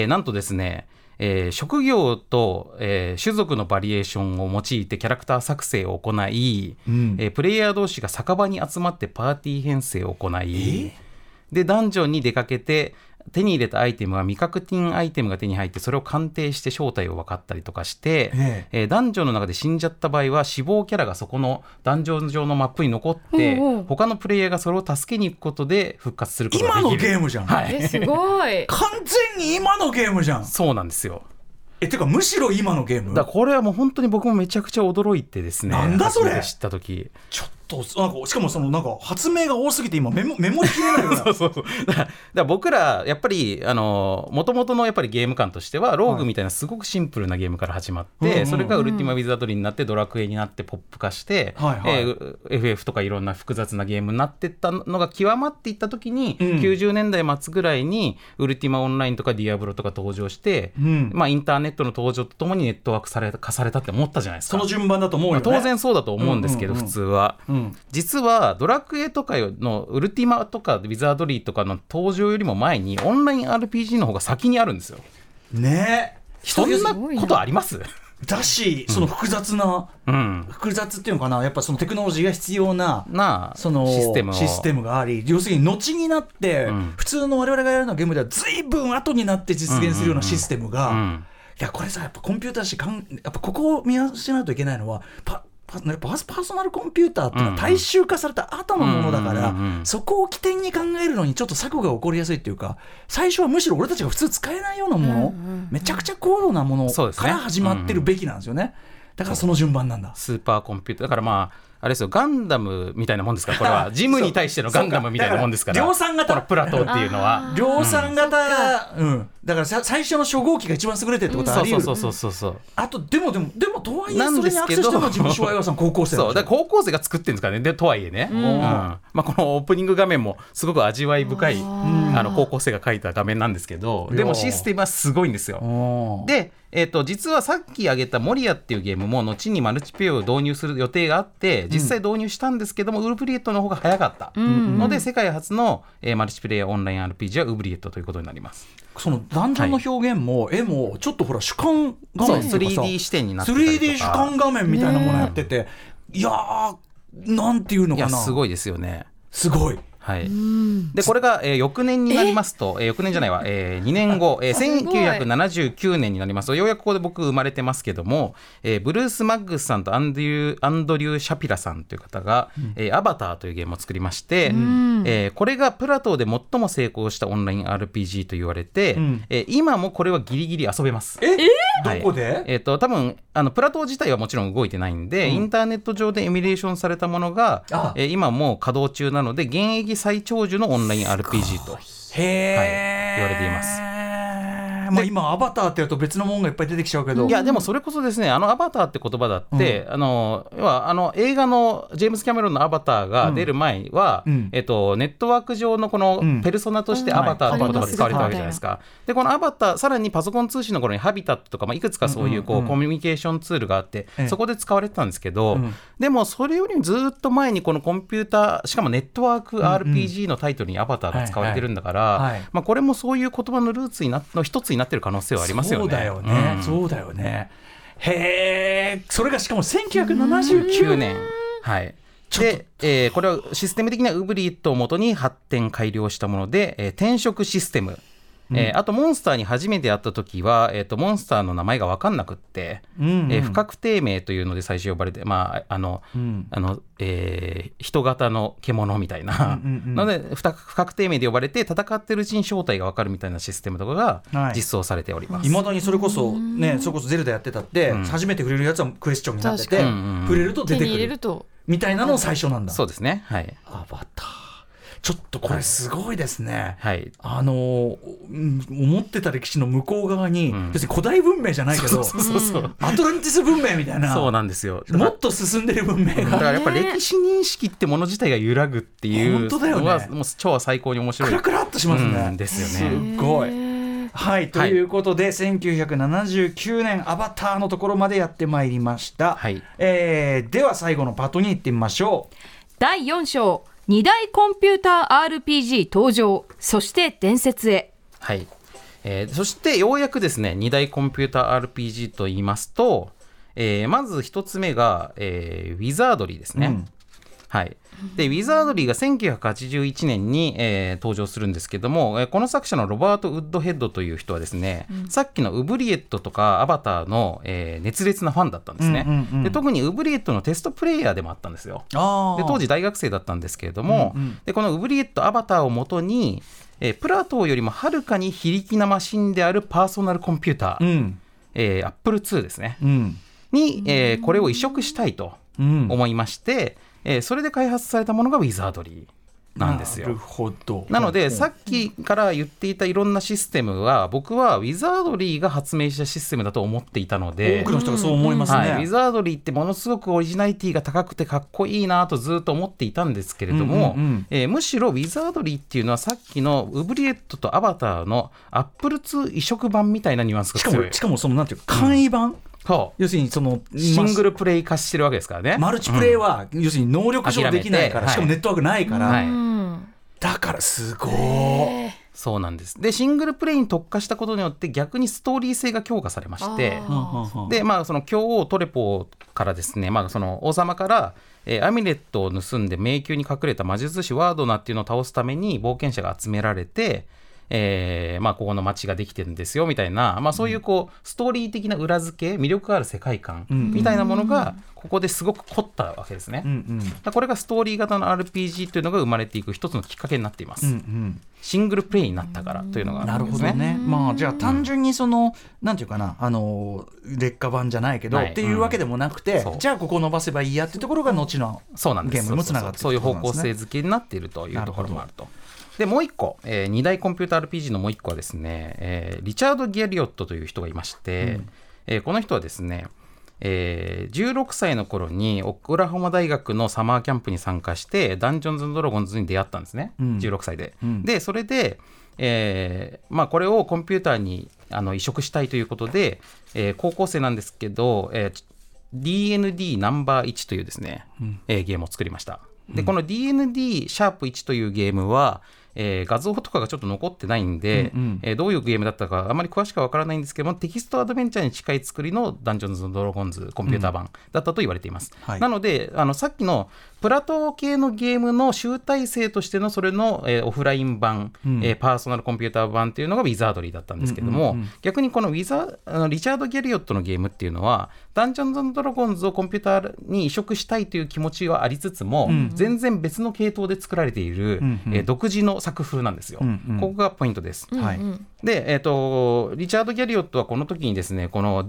なんとですね、職業と、種族のバリエーションを用いてキャラクター作成を行い、プレイヤー同士が酒場に集まってパーティー編成を行い、でダンジョンに出かけて手に入れたアイテムは未確認アイテムが手に入ってそれを鑑定して正体を分かったりとかして、ダンジョンの中で死んじゃった場合は死亡キャラがそこのダンジョン上のマップに残って、他のプレイヤーがそれを助けに行くことで復活することができる。 今のゲームじゃん、 すごい完全に今のゲームじゃん。 そうなんですよ。 てかむしろ今のゲームだ。これはもう本当に僕もめちゃくちゃ驚いてですね、 なんだそれ知った時ちょっとなんかしかも発明が多すぎて今メモりきれないよなそうだから僕らやっぱりもともとのやっぱりゲーム感としてはローグみたいなすごくシンプルなゲームから始まって、それがウルティマ・ウィザードリーになってドラクエになってポップ化して、FF とかいろんな複雑なゲームになっていったのが極まっていった時に、90年代末ぐらいにウルティマオンラインとかディアブロとか登場して、インターネットの登場とともにネットワーク化されたって思ったじゃないですか。 その順番だと思うよね。 当然そうだと思うんですけど、普通は、実はドラクエとかのウルティマとかウィザードリーとかの登場よりも前にオンライン RPG の方が先にあるんですよね。 そんなことあります？ だし、その複雑な、複雑っていうのかな、やっぱそのテクノロジーが必要なそのシステムがあり、要するに後になって、普通の我々がやるようなゲームでは随分後になって実現するようなシステムが、いやこれさ、やっぱコンピューターやっぱここを見直しないといけないのはパーソナルコンピューターっていうのは大衆化された後のものだから、そこを起点に考えるのにちょっと錯誤が起こりやすいっていうか、最初はむしろ俺たちが普通使えないようなもの、めちゃくちゃ高度なものから始まってるべきなんですよね。だからその順番なんだ。 スーパーコンピューターだからあれですよ、ガンダムみたいなもんですから、これはジムに対してのガンダムみたいなもんですから、 量産型このプラトーっていうのは量産型、だから最初の初号機が一番優れてるってことはあり得る。そうあとでもとはいえそれにアクセスしてるのは事務所はさん高校生そうだから高校生が作ってるんですからね。でとはいえね、このオープニング画面もすごく味わい深い高校生が描いた画面なんですけど、でもシステムはすごいんですよ。で実はさっき挙げたモリアっていうゲームも後にマルチプレイを導入する予定があって実際導入したんですけども、ウルブリエットの方が早かったので、世界初の、マルチプレイオンライン RPG はウブリエットということになります。 そのダンジョンの表現も、絵もちょっとほら主観画面とかさ 3D 視点になってたりとか 3D 主観画面みたいなものやってて、いやーなんていうのかな、 いやすごいですよね。 すごい。 でこれが、翌年になりますと、翌年じゃないわ、2年後、1979年になりますと、ようやくここで僕生まれてますけども、ブルース・マッグスさんとアンドリュー・シャピラさんという方が、アバターというゲームを作りまして、これがプラトーで最も成功したオンライン RPG と言われて、今もこれはギリギリ遊べます。 どこで？ 多分プラトー自体はもちろん動いてないんで、インターネット上でエミュレーションされたものが、今も稼働中なので現役最長寿のオンライン RPG と、言われています。 今アバターってやると別のものがいっぱい出てきちゃうけど、 いやでもそれこそですね、アバターって言葉だって、要は映画のジェームズ・キャメロンのアバターが出る前は、ネットワーク上のこのペルソナとしてアバターって言葉が使われたわけじゃないですか。でこのアバター、さらにパソコン通信の頃にハビタットとか、いくつかそういうコミュニケーションツールがあって、そこで使われてたんですけど、でもそれよりずっと前にこのコンピューター、しかもネットワーク RPG のタイトルにアバターが使われてるんだから、これもそういう言葉のルーツの一つになってる可能性はありますよね。 そうだよね、そうだよね。 へえ、それがしかも1979 年。はい。で、これはシステム的にはウブリットを元に発展改良したもので、転職システム、あとモンスターに初めて会った時は、モンスターの名前が分かんなくって、不確定名というので最初呼ばれて、人型の獣みたいな、なので不確定名で呼ばれて戦ってるうちに正体が分かるみたいなシステムとかが実装されております。 いまだにそれこそゼルダやってたって、初めて触れるやつはクエスチョンになってて、触れると出てくるみたいなの最初なんだ。 そうですね、はい。 アバター、ちょっとこれすごいですね、 はい、 思ってた歴史の向こう側に、要するに古代文明じゃないけど、アトランティス文明みたいな、 そうなんですよ、 もっと進んでる文明が、 だからやっぱ歴史認識ってもの自体が揺らぐっていうのは、もう超最高に面白い、 クラクラっとしますね、 ですよね。 すごい。はい、ということで、1979年アバターのところまでやってまいりました、 はい。 では最後のパートに行ってみましょう。 第4章、2大コンピューター RPG 登場、そして伝説へ。 はい。そしてようやくですね、2大コンピューター RPG と言いますと、まず一つ目が、ウィザードリーですね、はい。でウィザードリーが1981年に、登場するんですけども、この作者のロバート・ウッドヘッドという人はですね、さっきのウブリエットとかアバターの、熱烈なファンだったんですね、で特にウブリエットのテストプレイヤーでもあったんですよ。で当時大学生だったんですけれども、でこのウブリエットアバターをもとに、プラトーよりもはるかに非力なマシンであるパーソナルコンピューター、アップル2ですね、に、これを移植したいと思いまして、それで開発されたものがウィザードリーなんですよ。 なるほど。 なので、さっきから言っていたいろんなシステムは、僕はウィザードリーが発明したシステムだと思っていたので、 多くの人がそう思いますね、 はい、ウィザードリーってものすごくオリジナリティが高くてかっこいいなとずっと思っていたんですけれども、むしろウィザードリーっていうのはさっきのウブリエットとアバターのアップル2移植版みたいなニュアンスが強い。 しかもそのなんていうか簡易版、要するにそのシングルプレイ化してるわけですからね。 マルチプレイは、要するに能力上できないから、しかもネットワークないから、だからすごい。 そうなんです。でシングルプレイに特化したことによって逆にストーリー性が強化されまして、でその教王トレポからですね、その王様から、アミュレットを盗んで迷宮に隠れた魔術師ワードナっていうのを倒すために冒険者が集められて、ここの街ができてるんですよみたいな、そういうストーリー的な裏付け、魅力ある世界観みたいなものがここですごく凝ったわけですね、これがストーリー型の RPG というのが生まれていく一つのきっかけになっています、シングルプレイになったからというのがあるんですね。 なるほどね。じゃあ単純にその、なんていうかな、劣化版じゃないけど、っていうわけでもなくて、じゃあここ伸ばせばいいやっていうところが後のゲームにもつながっている、 そういう方向性づけになっているというところもあると。でもう一個、2大コンピューター RPG のもう一個はですね、リチャード・ギャリオットという人がいまして、この人はですね、16歳の頃にオクラホマ大学のサマーキャンプに参加してダンジョンズ&ドラゴンズに出会ったんですね、16歳で、でそれで、これをコンピューターに移植したいということで、高校生なんですけど、DND ナンバー1というですね、ゲームを作りました。でこの DND#1 というゲームは、画像とかがちょっと残ってないんで、どういうゲームだったかあまり詳しくは分からないんですけども、テキストアドベンチャーに近い作りのダンジョンズ&ドラゴンズコンピューター版だったと言われています、なのでさっきのプラトー系のゲームの集大成としてのそれの、オフライン版、パーソナルコンピューター版というのがウィザードリーだったんですけども、逆にこのリチャード・ギャリオットのゲームっていうのはダンジョンズ&ドラゴンズをコンピューターに移植したいという気持ちはありつつも、全然別の系統で作られている、独自の作風なんですよ、ここがポイントです、で、リチャード・ギャリオットはこの時にですね、この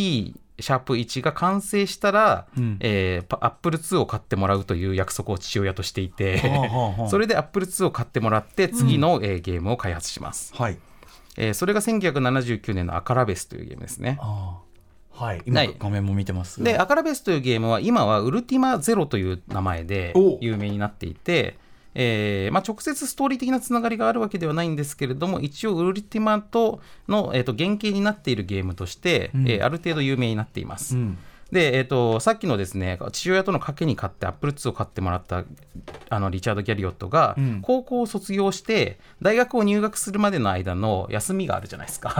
DND#1 が完成したら、アップル2を買ってもらうという約束を父親としていてそれでアップル2を買ってもらって次の、ゲームを開発します、それが1979年のアカラベスというゲームですね。 今画面も見てます。 でアカラベスというゲームは今はウルティマゼロという名前で有名になっていて、直接ストーリー的なつながりがあるわけではないんですけれども、一応ウルティマとの、原型になっているゲームとして、ある程度有名になっています、で、さっきのですね、父親との賭けに勝ってアップル2を買ってもらったリチャード・ギャリオットが、高校を卒業して大学を入学するまでの間の休みがあるじゃないですか、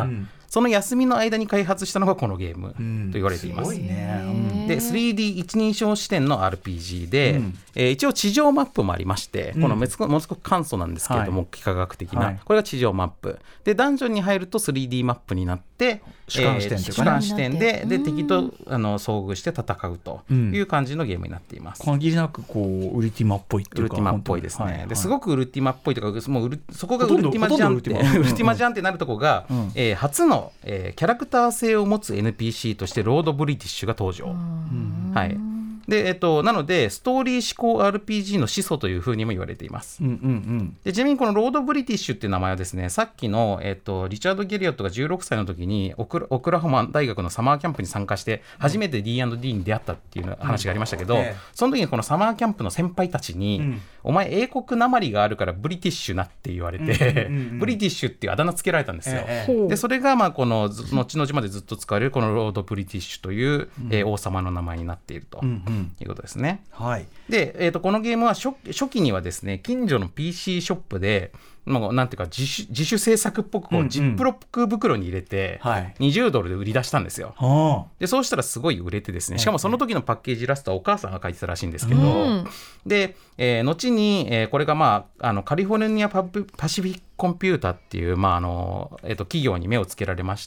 その休みの間に開発したのがこのゲームと言われています。 すごいね。 で 3D 一人称視点の RPG で、一応地上マップもありまして、このものすごく簡素なんですけれども、幾何学的な、これが地上マップで、ダンジョンに入ると 3D マップになって、 主観視点というかね、 主観視点で敵と遭遇して戦うという感じのゲームになっています。 限りなくこうウルティマっぽいっていうか、 ウルティマっぽいですね。ですごくウルティマっぽいというか、もうそこがウルティマじゃんってウルティマじゃんってなるところが、初の、キャラクター性を持つ NPC としてロードブリティッシュが登場。はい。でなのでストーリー思考 RPG の始祖というふうにも言われています。でちなみにこのロードブリティッシュっていう名前はですね、さっきの、リチャード・ゲリオットが16歳の時にオクラホマ大学のサマーキャンプに参加して初めて D&D に出会ったっていう話がありましたけど、その時にこのサマーキャンプの先輩たちに、お前英国なまりがあるからブリティッシュなって言われて、ブリティッシュっていうあだ名つけられたんですよ。でそれがまあこの後々までずっと使われるこのロードブリティッシュという、王様の名前になっているということですね。 はい。 で、このゲームは初期にはですね、近所の PC ショップでもうなんていうか自主制作っぽくこうジップロック袋に入れて20ドルで売り出したんですよ。でそうしたらすごい売れてですね、しかもその時のパッケージイラストはお母さんが描いてたらしいんですけど、で、後に、これが、まあ、カリフォルニアパシフィックコンピュータっていう、まあ企業に目をつけられまして、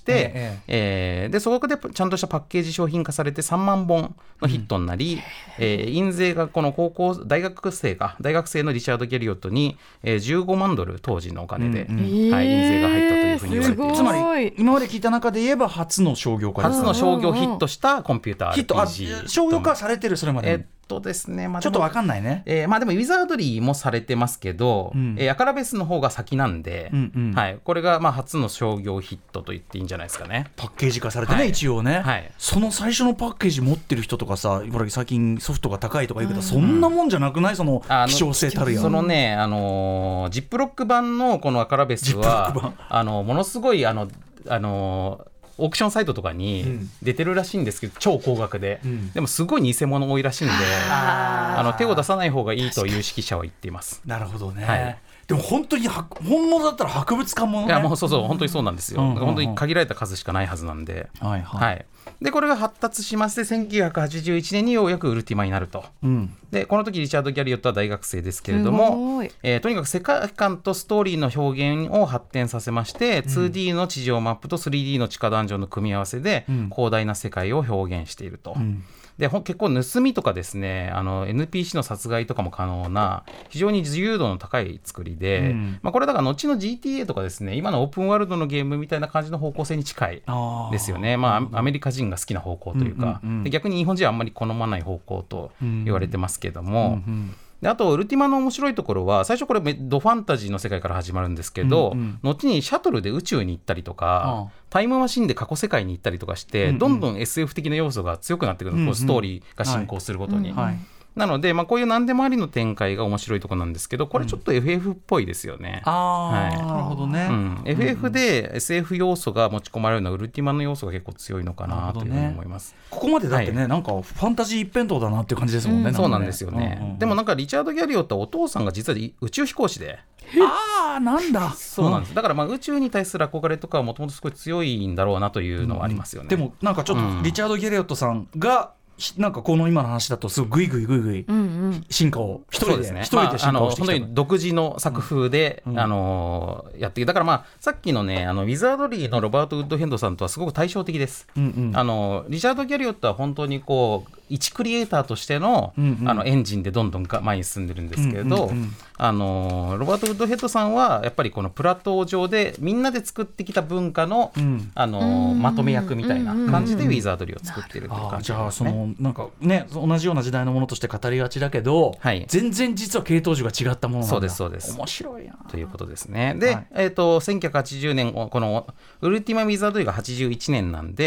でそこでちゃんとしたパッケージ商品化されて3万本のヒットになり、印税がこの大学生のリチャード・ゲリオットに、15万ドル当時のお金で、印税が入ったというふうに言われています。 つまり今まで聞いた中で言えば初の商業化です。 初の商業ヒットしたコンピューター RPG。 商業化されてる、それまでですね、 ちょっと分かんないね。 まあでもウィザードリーもされてますけど、アカラベスの方が先なんで、はい、これがまあ初の商業ヒットと言っていいんじゃないですかね。 パッケージ化されてね、一応ね、その最初のパッケージ持ってる人とかさ、最近ソフトが高いとか言うけど、そんなもんじゃなくない？その希少性たるやん。 そのね、ジップロック版のこのアカラベスはものすごいオークションサイトとかに出てるらしいんですけど、超高額で、でもすごい偽物多いらしいんで、手を出さない方がいいと有識者は言っています。 なるほどね。でも本当に本物だったら博物館ものね。 いやもうそう本当にそうなんですよ。本当に限られた数しかないはずなんで、でこれが発達しまして1981年にようやくウルティマになると、でこの時リチャード・ギャリオットは大学生ですけれども、とにかく世界観とストーリーの表現を発展させまして、2D の地上マップと 3D の地下ダンジョンの組み合わせで広大な世界を表現していると。で結構盗みとかですね、NPC の殺害とかも可能な非常に自由度の高い作りで、これだから後の GTA とかですね、今のオープンワールドのゲームみたいな感じの方向性に近いですよね。アメリカ人が好きな方向というか、で逆に日本人はあんまり好まない方向と言われてますけども、であとウルティマの面白いところは、最初これドファンタジーの世界から始まるんですけど、後にシャトルで宇宙に行ったりとか、タイムマシンで過去世界に行ったりとかして、どんどん SF 的な要素が強くなってくる、ストーリーが進行するごとに。なので、こういう何でもありの展開が面白いところなんですけど、これちょっと FF っぽいですよね。 なるほどね。 FF で SF 要素が持ち込まれるのはウルティマの要素が結構強いのかなというふうに思います。 ここまでだってね、なんかファンタジー一辺倒だなっていう感じですもんね。 そうなんですよね。でもなんかリチャード・ギャリオットはお父さんが実は宇宙飛行士で、 なんだ。 そうなんです。だから宇宙に対する憧れとかはもともとすごい強いんだろうなというのはありますよね。 でもなんかちょっとリチャード・ギャリオットさんがなんかこの今の話だとすごいグイグイ進化を一人で進化をしてきた。 本当に独自の作風でやっていく。だからさっきのねウィザードリーのロバート・ウッドヘッドさんとはすごく対照的です。リチャード・ギャリオットは本当にこう一クリエイターとしてのエンジンでどんどん前に進んでるんですけれど、ロバート・ウッドヘッドさんはやっぱりこのプラット上でみんなで作ってきた文化のまとめ役みたいな感じでウィザードリーを作っているという感じですね。じゃあそのなんかね、同じような時代のものとして語りがちだけど、全然実は系統樹が違ったものなんだ。 そうですそうです。 面白いなということですね。で、1980年このウルティマ・ウィザードリーが81年なんで、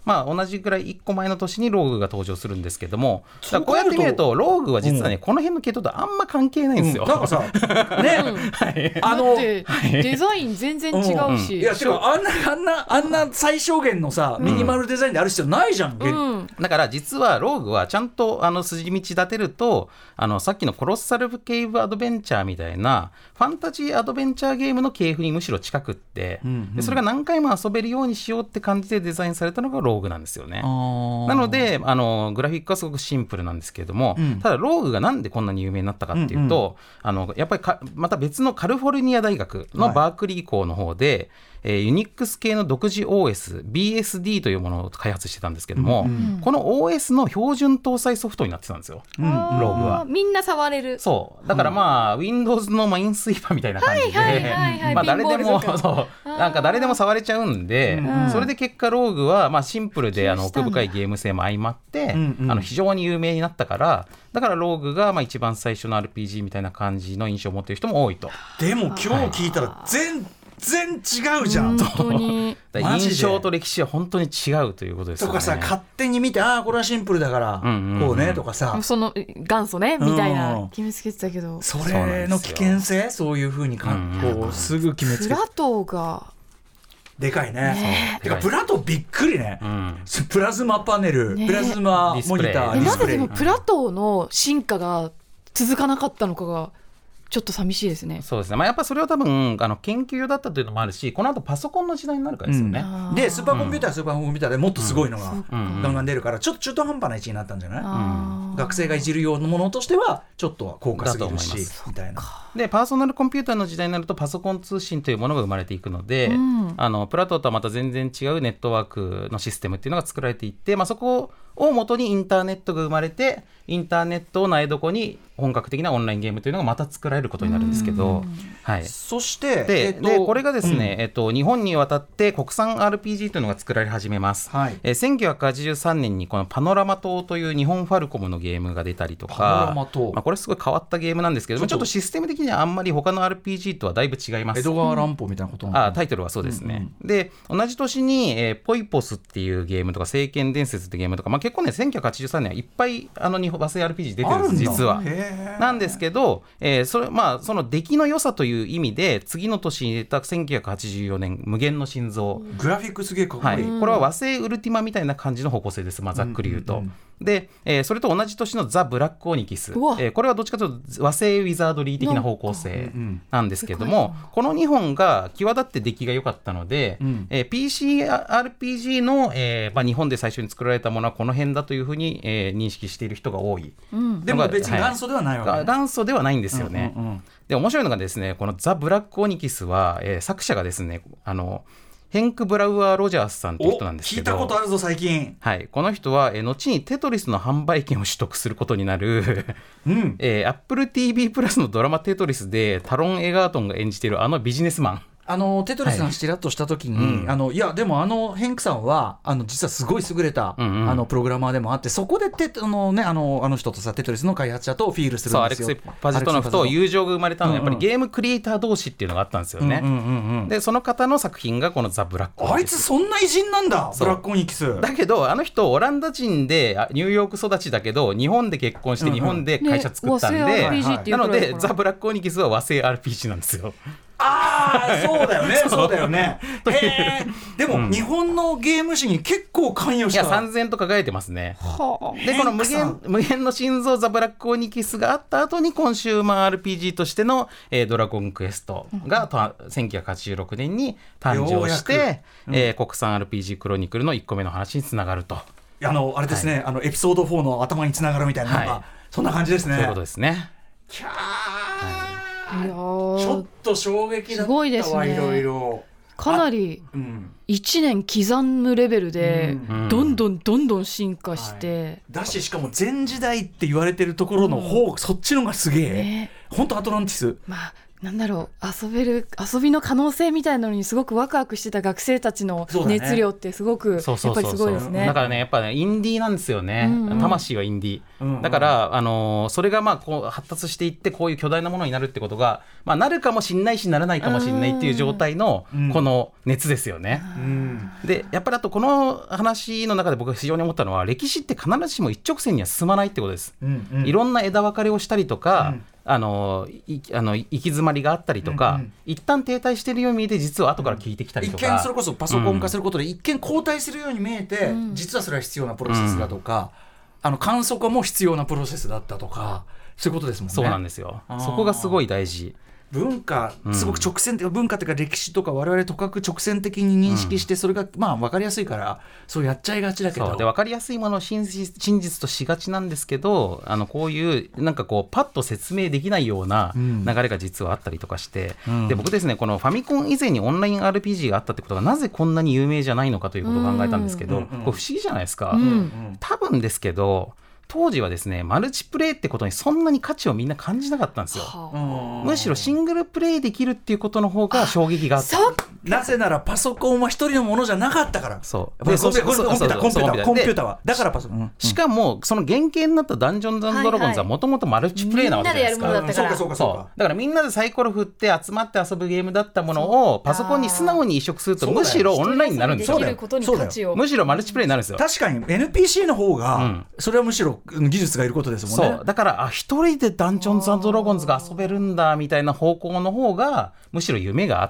同じぐらい1個前の年にローグが登場するんですけども、だこうやって見るとローグは実はね、この辺の系統とあんま関係ないんですよ。 なんかさね、 だってデザイン全然違うし、 いやてかあんな最小限のさミニマルデザインである必要ないじゃん。 だから実はローグはちゃんと筋道立てるとさっきのコロッサルケイブアドベンチャーみたいなファンタジーアドベンチャーゲームの系譜にむしろ近くって、でそれが何回も遊べるようにしようって感じでデザインされたのがローグなんですよね。なのでグラフィックはすごくシンプルなんですけれども、ただローグがなんでこんなに有名になったかっていうと、やっぱりまた別のカリフォルニア大学のバークリー校の方で、ユニックス系の独自 OS、BSD というものを開発してたんですけども、この OS の標準搭載ソフトになってたんですよ、ローグは。 みんな触れる。 そうだからWindows のマインスイーパーみたいな感じで、誰でもなんか誰でも触れちゃうんで、それで結果ローグはシンプルで奥深いゲーム性も相まって、非常に有名になったから、だからローグが一番最初の RPG みたいな感じの印象を持っている人も多いと。 でも今日聞いたら全然違うじゃん。 本当に印象と歴史は本当に違うということですよね。 とかさ、勝手に見てこれはシンプルだからこうねとかさ、 その元祖ねみたいな決めつけてたけど、 それの危険性、そういう風にこうすぐ決めつけて、 プラトーがでかいね。てかプラトーびっくりね、プラズマパネル、プラズマモニター、 なぜでもプラトーの進化が続かなかったのかがちょっと寂しいですね。 そうですね、やっぱそれは多分研究用だったというのもあるし、この後パソコンの時代になるからですよね、 でスーパーコンピューターはスーパーコンピューターでもっとすごいのがガンガン出るから、ちょっと中途半端な位置になったんじゃない、学生がいじるようなものとしてはちょっと高価すぎるしみたいな。 でパーソナルコンピューターの時代になるとパソコン通信というものが生まれていくので、プラトーとはまた全然違うネットワークのシステムっていうのが作られていって、そこを元にインターネットが生まれて、インターネットを苗床に本格的なオンラインゲームというのがまた作られることになるんですけど、 そしてでこれがですね、日本に渡って国産 RPG というのが作られ始めます、1983年にこのパノラマ島という日本ファルコムのゲームが出たりとか、これすごい変わったゲームなんですけども、ちょっとシステム的にはあんまり他の RPG とはだいぶ違います。 江戸川乱歩みたいなことなの？ タイトルはそうですね、で同じ年に、ポイポスっていうゲームとか聖剣伝説ってゲームとか、結構ね1983年はいっぱい和製 RPG 出てるんです実は。なんですけど、その出来の良さという意味で次の年に出た1984年無限の心臓、 グラフィックすげえかっこいい、 これは和製ウルティマみたいな感じの方向性です、ざっくり言うと。で、それと同じ年のザ・ブラック・オニキス、これはどっちかというと和製ウィザードリー的な方向性なんですけども、この2本が際立って出来が良かったので、PCRPG の、日本で最初に作られたものはこの辺だというふうに、認識している人が多い、 でも別に元祖ではないわけ、 元祖ではないんですよね、で面白いのがですね、このザ・ブラック・オニキスは、作者がですねヘンク・ブラウアー・ロジャースさんという人なんですけど、 聞いたことあるぞ最近。 この人は、後にテトリスの販売権を取得することになる、Apple TV プラスのドラマテトリスでタロン・エガートンが演じているビジネスマン、 テトリスの話ちらっとした時に、いやでもヘンクさんは実はすごい優れた、プログラマーでもあって、そこであの人とさテトリスの開発者とフィールするんですよ。 アレクセイ・パジトノフと友情が生まれたのはやっぱりゲームクリエイター同士っていうのがあったんですよね。でその方の作品がこのザ・ブラック。 あいつそんな偉人なんだ、ブラックオニキス。 だけどオランダ人でニューヨーク育ちだけど日本で結婚して日本で会社作ったんで、なのでザ・ブラックオニキスは和製 RPG なんですよ。 そうだよねそうだよね。でも、日本のゲーム史に結構関与した。 いや3000と輝いてますね。でこの無限の心臓ザ・ブラックオニキスがあった後にコンシューマー RPG としての、ドラゴンクエストが1986年に誕生して、国産 RPG クロニクルの1個目の話につながると。 あれですね、エピソード4の頭につながるみたいな、そんな感じですね。 そういうことですね。 ちょっと衝撃だったわ。すごいですね、いろいろかなり1年刻むレベルでどんどん進化して、 だししかも前時代って言われてるところの方、そっちのがすげえ、本当アトランティス、 なんだろう、遊びの可能性みたいなのにすごくワクワクしてた学生たちの熱量ってすごくやっぱりすごいですね。 だからね、やっぱねインディーなんですよね、魂はインディー、だからそれがこう発達していってこういう巨大なものになるってことが、なるかもしんないしならないかもしんないっていう状態のこの熱ですよね。でやっぱりあとこの話の中で僕が非常に思ったのは、歴史って必ずしも一直線には進まないってことです。いろんな枝分かれをしたりとか、行き詰まりがあったりとか、一旦停滞しているように見えて実は後から効いてきたりとか、 一見それこそパソコン化することで一見後退するように見えて、実はそれは必要なプロセスだとか、簡素化も必要なプロセスだったとか、そういうことですもんね。 そうなんですよ。そこがすごい大事。 文化すごく直線的、文化というか歴史とか我々とかく直線的に認識して、それが分かりやすいからそうやっちゃいがちだけど、 そうで分かりやすいものを真実としがちなんですけど、こういうなんかこうパッと説明できないような流れが実はあったりとかして、で僕ですね、このファミコン以前にオンライン RPG があったってことがなぜこんなに有名じゃないのかということを考えたんですけど、これ不思議じゃないですか。多分ですけど当時はですね、マルチプレイってことにそんなに価値をみんな感じなかったんですよ。むしろシングルプレイできるっていうことの方が衝撃があった。 なぜならパソコンは一人のものじゃなかったから。 そうコンピューターはだからパソコン、 しかもその原型になったダンジョンズ&ドラゴンズはもともとマルチプレイなわけじゃないですか。 みんなでやるものだったから。 そうだからみんなでサイコロ振って集まって遊ぶゲームだったものをパソコンに素直に移植するとむしろオンラインになるんですよ。むしろマルチプレイになるんですよ。 確かに NPC の方が、それはむしろ技術がいることですもんね。 そうだから一人でダンジョンズ&ドラゴンズが遊べるんだみたいな方向の方がむしろ夢があって、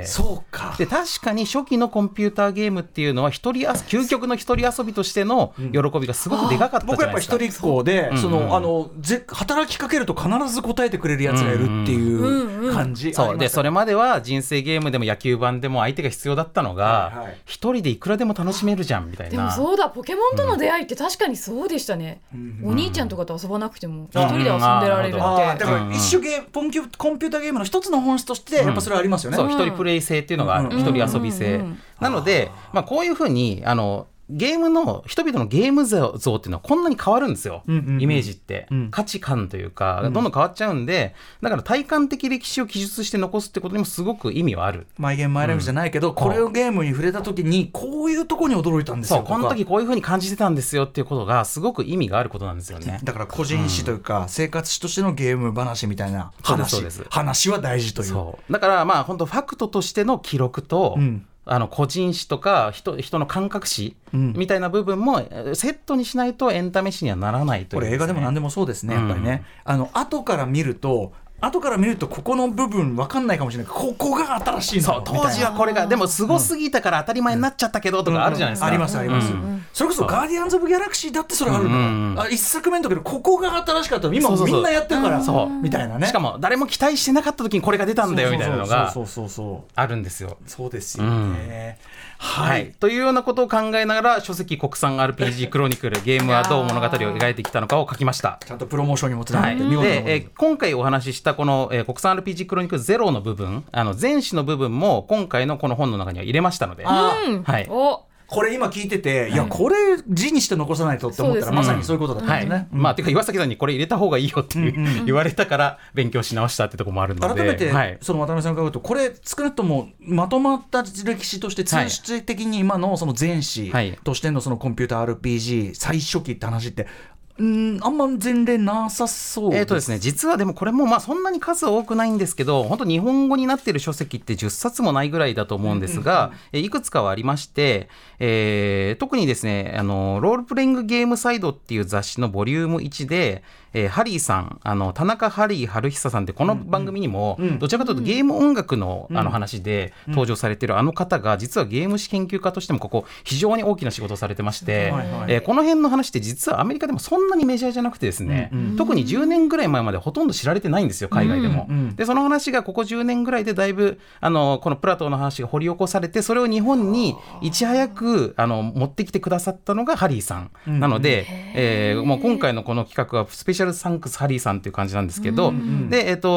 そうか。 で確かに初期のコンピューターゲームっていうのは究極の一人遊びとしての喜びがすごくでかかったじゃないですか。 僕はやっぱ一人っ子で、働きかけると必ず答えてくれるやつがいるっていう感じ。 そうでそれまでは人生ゲームでも野球盤でも相手が必要だったのが、一人でいくらでも楽しめるじゃんみたいな。 でもそうだ、ポケモンとの出会いって確かにそうでしたね。お兄ちゃんとかと遊ばなくても一人で遊んでられるって。 だから一種コンピューターゲームの一つの本質としてやっぱそれはありますよね。 そう、一人プレイ性っていうのがある、一人遊び性なので、こういうふうにゲームの人々のゲーム像っていうのはこんなに変わるんですよ、イメージって、価値観というかどんどん変わっちゃうんで、だから体感的歴史を記述して残すってことにもすごく意味はある。 マイゲームマイライフじゃないけど、これをゲームに触れた時にこういうところに驚いたんですよ。 そう、この時こういう風に感じてたんですよっていうことがすごく意味があることなんですよね。 だから個人史というか、生活史としてのゲーム話みたいな話は大事という。 そうだから本当ファクトとしての記録と、個人史とか 人の感覚史みたいな部分もセットにしないとエンタメ史にはならないという、ね、 これ映画でも何でもそうですね、やっぱりね、後から見るとここの部分分かんないかもしれない、ここが新しいの。 そう、当時はこれがでもすごすぎたから当たり前になっちゃったけどとかあるじゃないですか。 ありますあります、それこそガーディアンズ・オブ・ギャラクシーだってそれあるんだから、一作目の時のここが新しかったら今もみんなやってるからみたいなね。 しかも誰も期待してなかった時にこれが出たんだよみたいなのがあるんですよ。 そうですよね、 はい、というようなことを考えながら書籍国産 RPG クロニクルゲームはどう物語を描いてきたのかを書きました。 ちゃんとプロモーションにもつながって、見事で、今回お話ししたこの、国産 RPG クロニクルゼロの部分、前史の部分も今回のこの本の中には入れましたので、 これ今聞いてて、いやこれ字にして残さないとって思ったら、まさにそういうことだったんですね。 てか岩崎さんにこれ入れた方がいいよって言われたから勉強し直したってところもあるので、 改めて、その渡辺さんが言うと、これ少なくともまとまった歴史として通史的に今のその前史としてのそのコンピューター RPG 最初期って話ってあんま前例なさそうですね。実はでもこれもそんなに数多くないんですけど、本当日本語になっている書籍って10冊もないぐらいだと思うんですが、いくつかはありまして、特にですねロールプレイングゲームサイドっていう雑誌のボリューム1で、ハリーさん、田中ハリー春久さんってこの番組にもどちらかというとゲーム音楽の話で登場されている方が、実はゲーム史研究家としてもここ非常に大きな仕事をされてまして、この辺の話って実はアメリカでもそんなにメジャーじゃなくてですね、特に10年ぐらい前までほとんど知られてないんですよ、海外でも。でその話がここ10年ぐらいでだいぶこのプラトンの話が掘り起こされて、それを日本にいち早く持ってきてくださったのがハリーさんなので、もう今回のこの企画はスペシャルサンクスハリーさんっていう感じなんですけど、で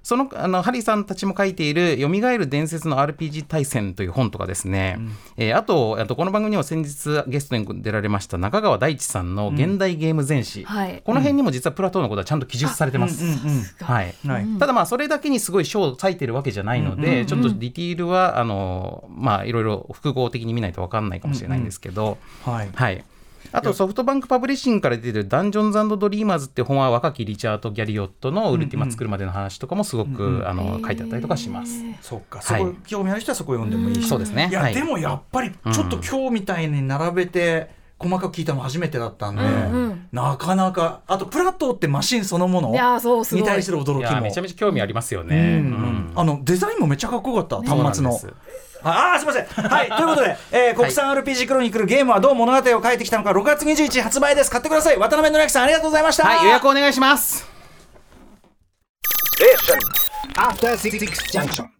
そのハリーさんたちも書いている蘇る伝説の RPG 対戦という本とかですね、あとこの番組にも先日ゲストに出られました中川大地さんの現代ゲーム全史、この辺にも実はプラトーのことはちゃんと記述されてます。ただそれだけにすごい賞を割いてるわけじゃないので、ちょっとディティールはいろいろ複合的に見ないと分かんないかもしれないんですけど、あとソフトバンクパブリッシングから出てるダンジョンズ&ドリーマーズって本は若きリチャード・ギャリオットのウルティマ作るまでの話とかもすごく書いてあったりとかします。 そっか、そこ興味ある人はそこ読んでもいいし、 そうですね。 いや、でもやっぱりちょっと今日みたいに並べて細かく聞いたの初めてだったんで、なかなかあとプラトーってマシンそのものに対する驚きもめちゃめちゃ興味ありますよね。 デザインもめっちゃかっこよかった、端末の。すいません。はい、ということで、国産 RPG クロニクルゲームはどう物語を書いてきたのか、6月21日発売です。買ってください。渡辺典明さん、ありがとうございました。 はい、予約お願いします。 After 66 junction.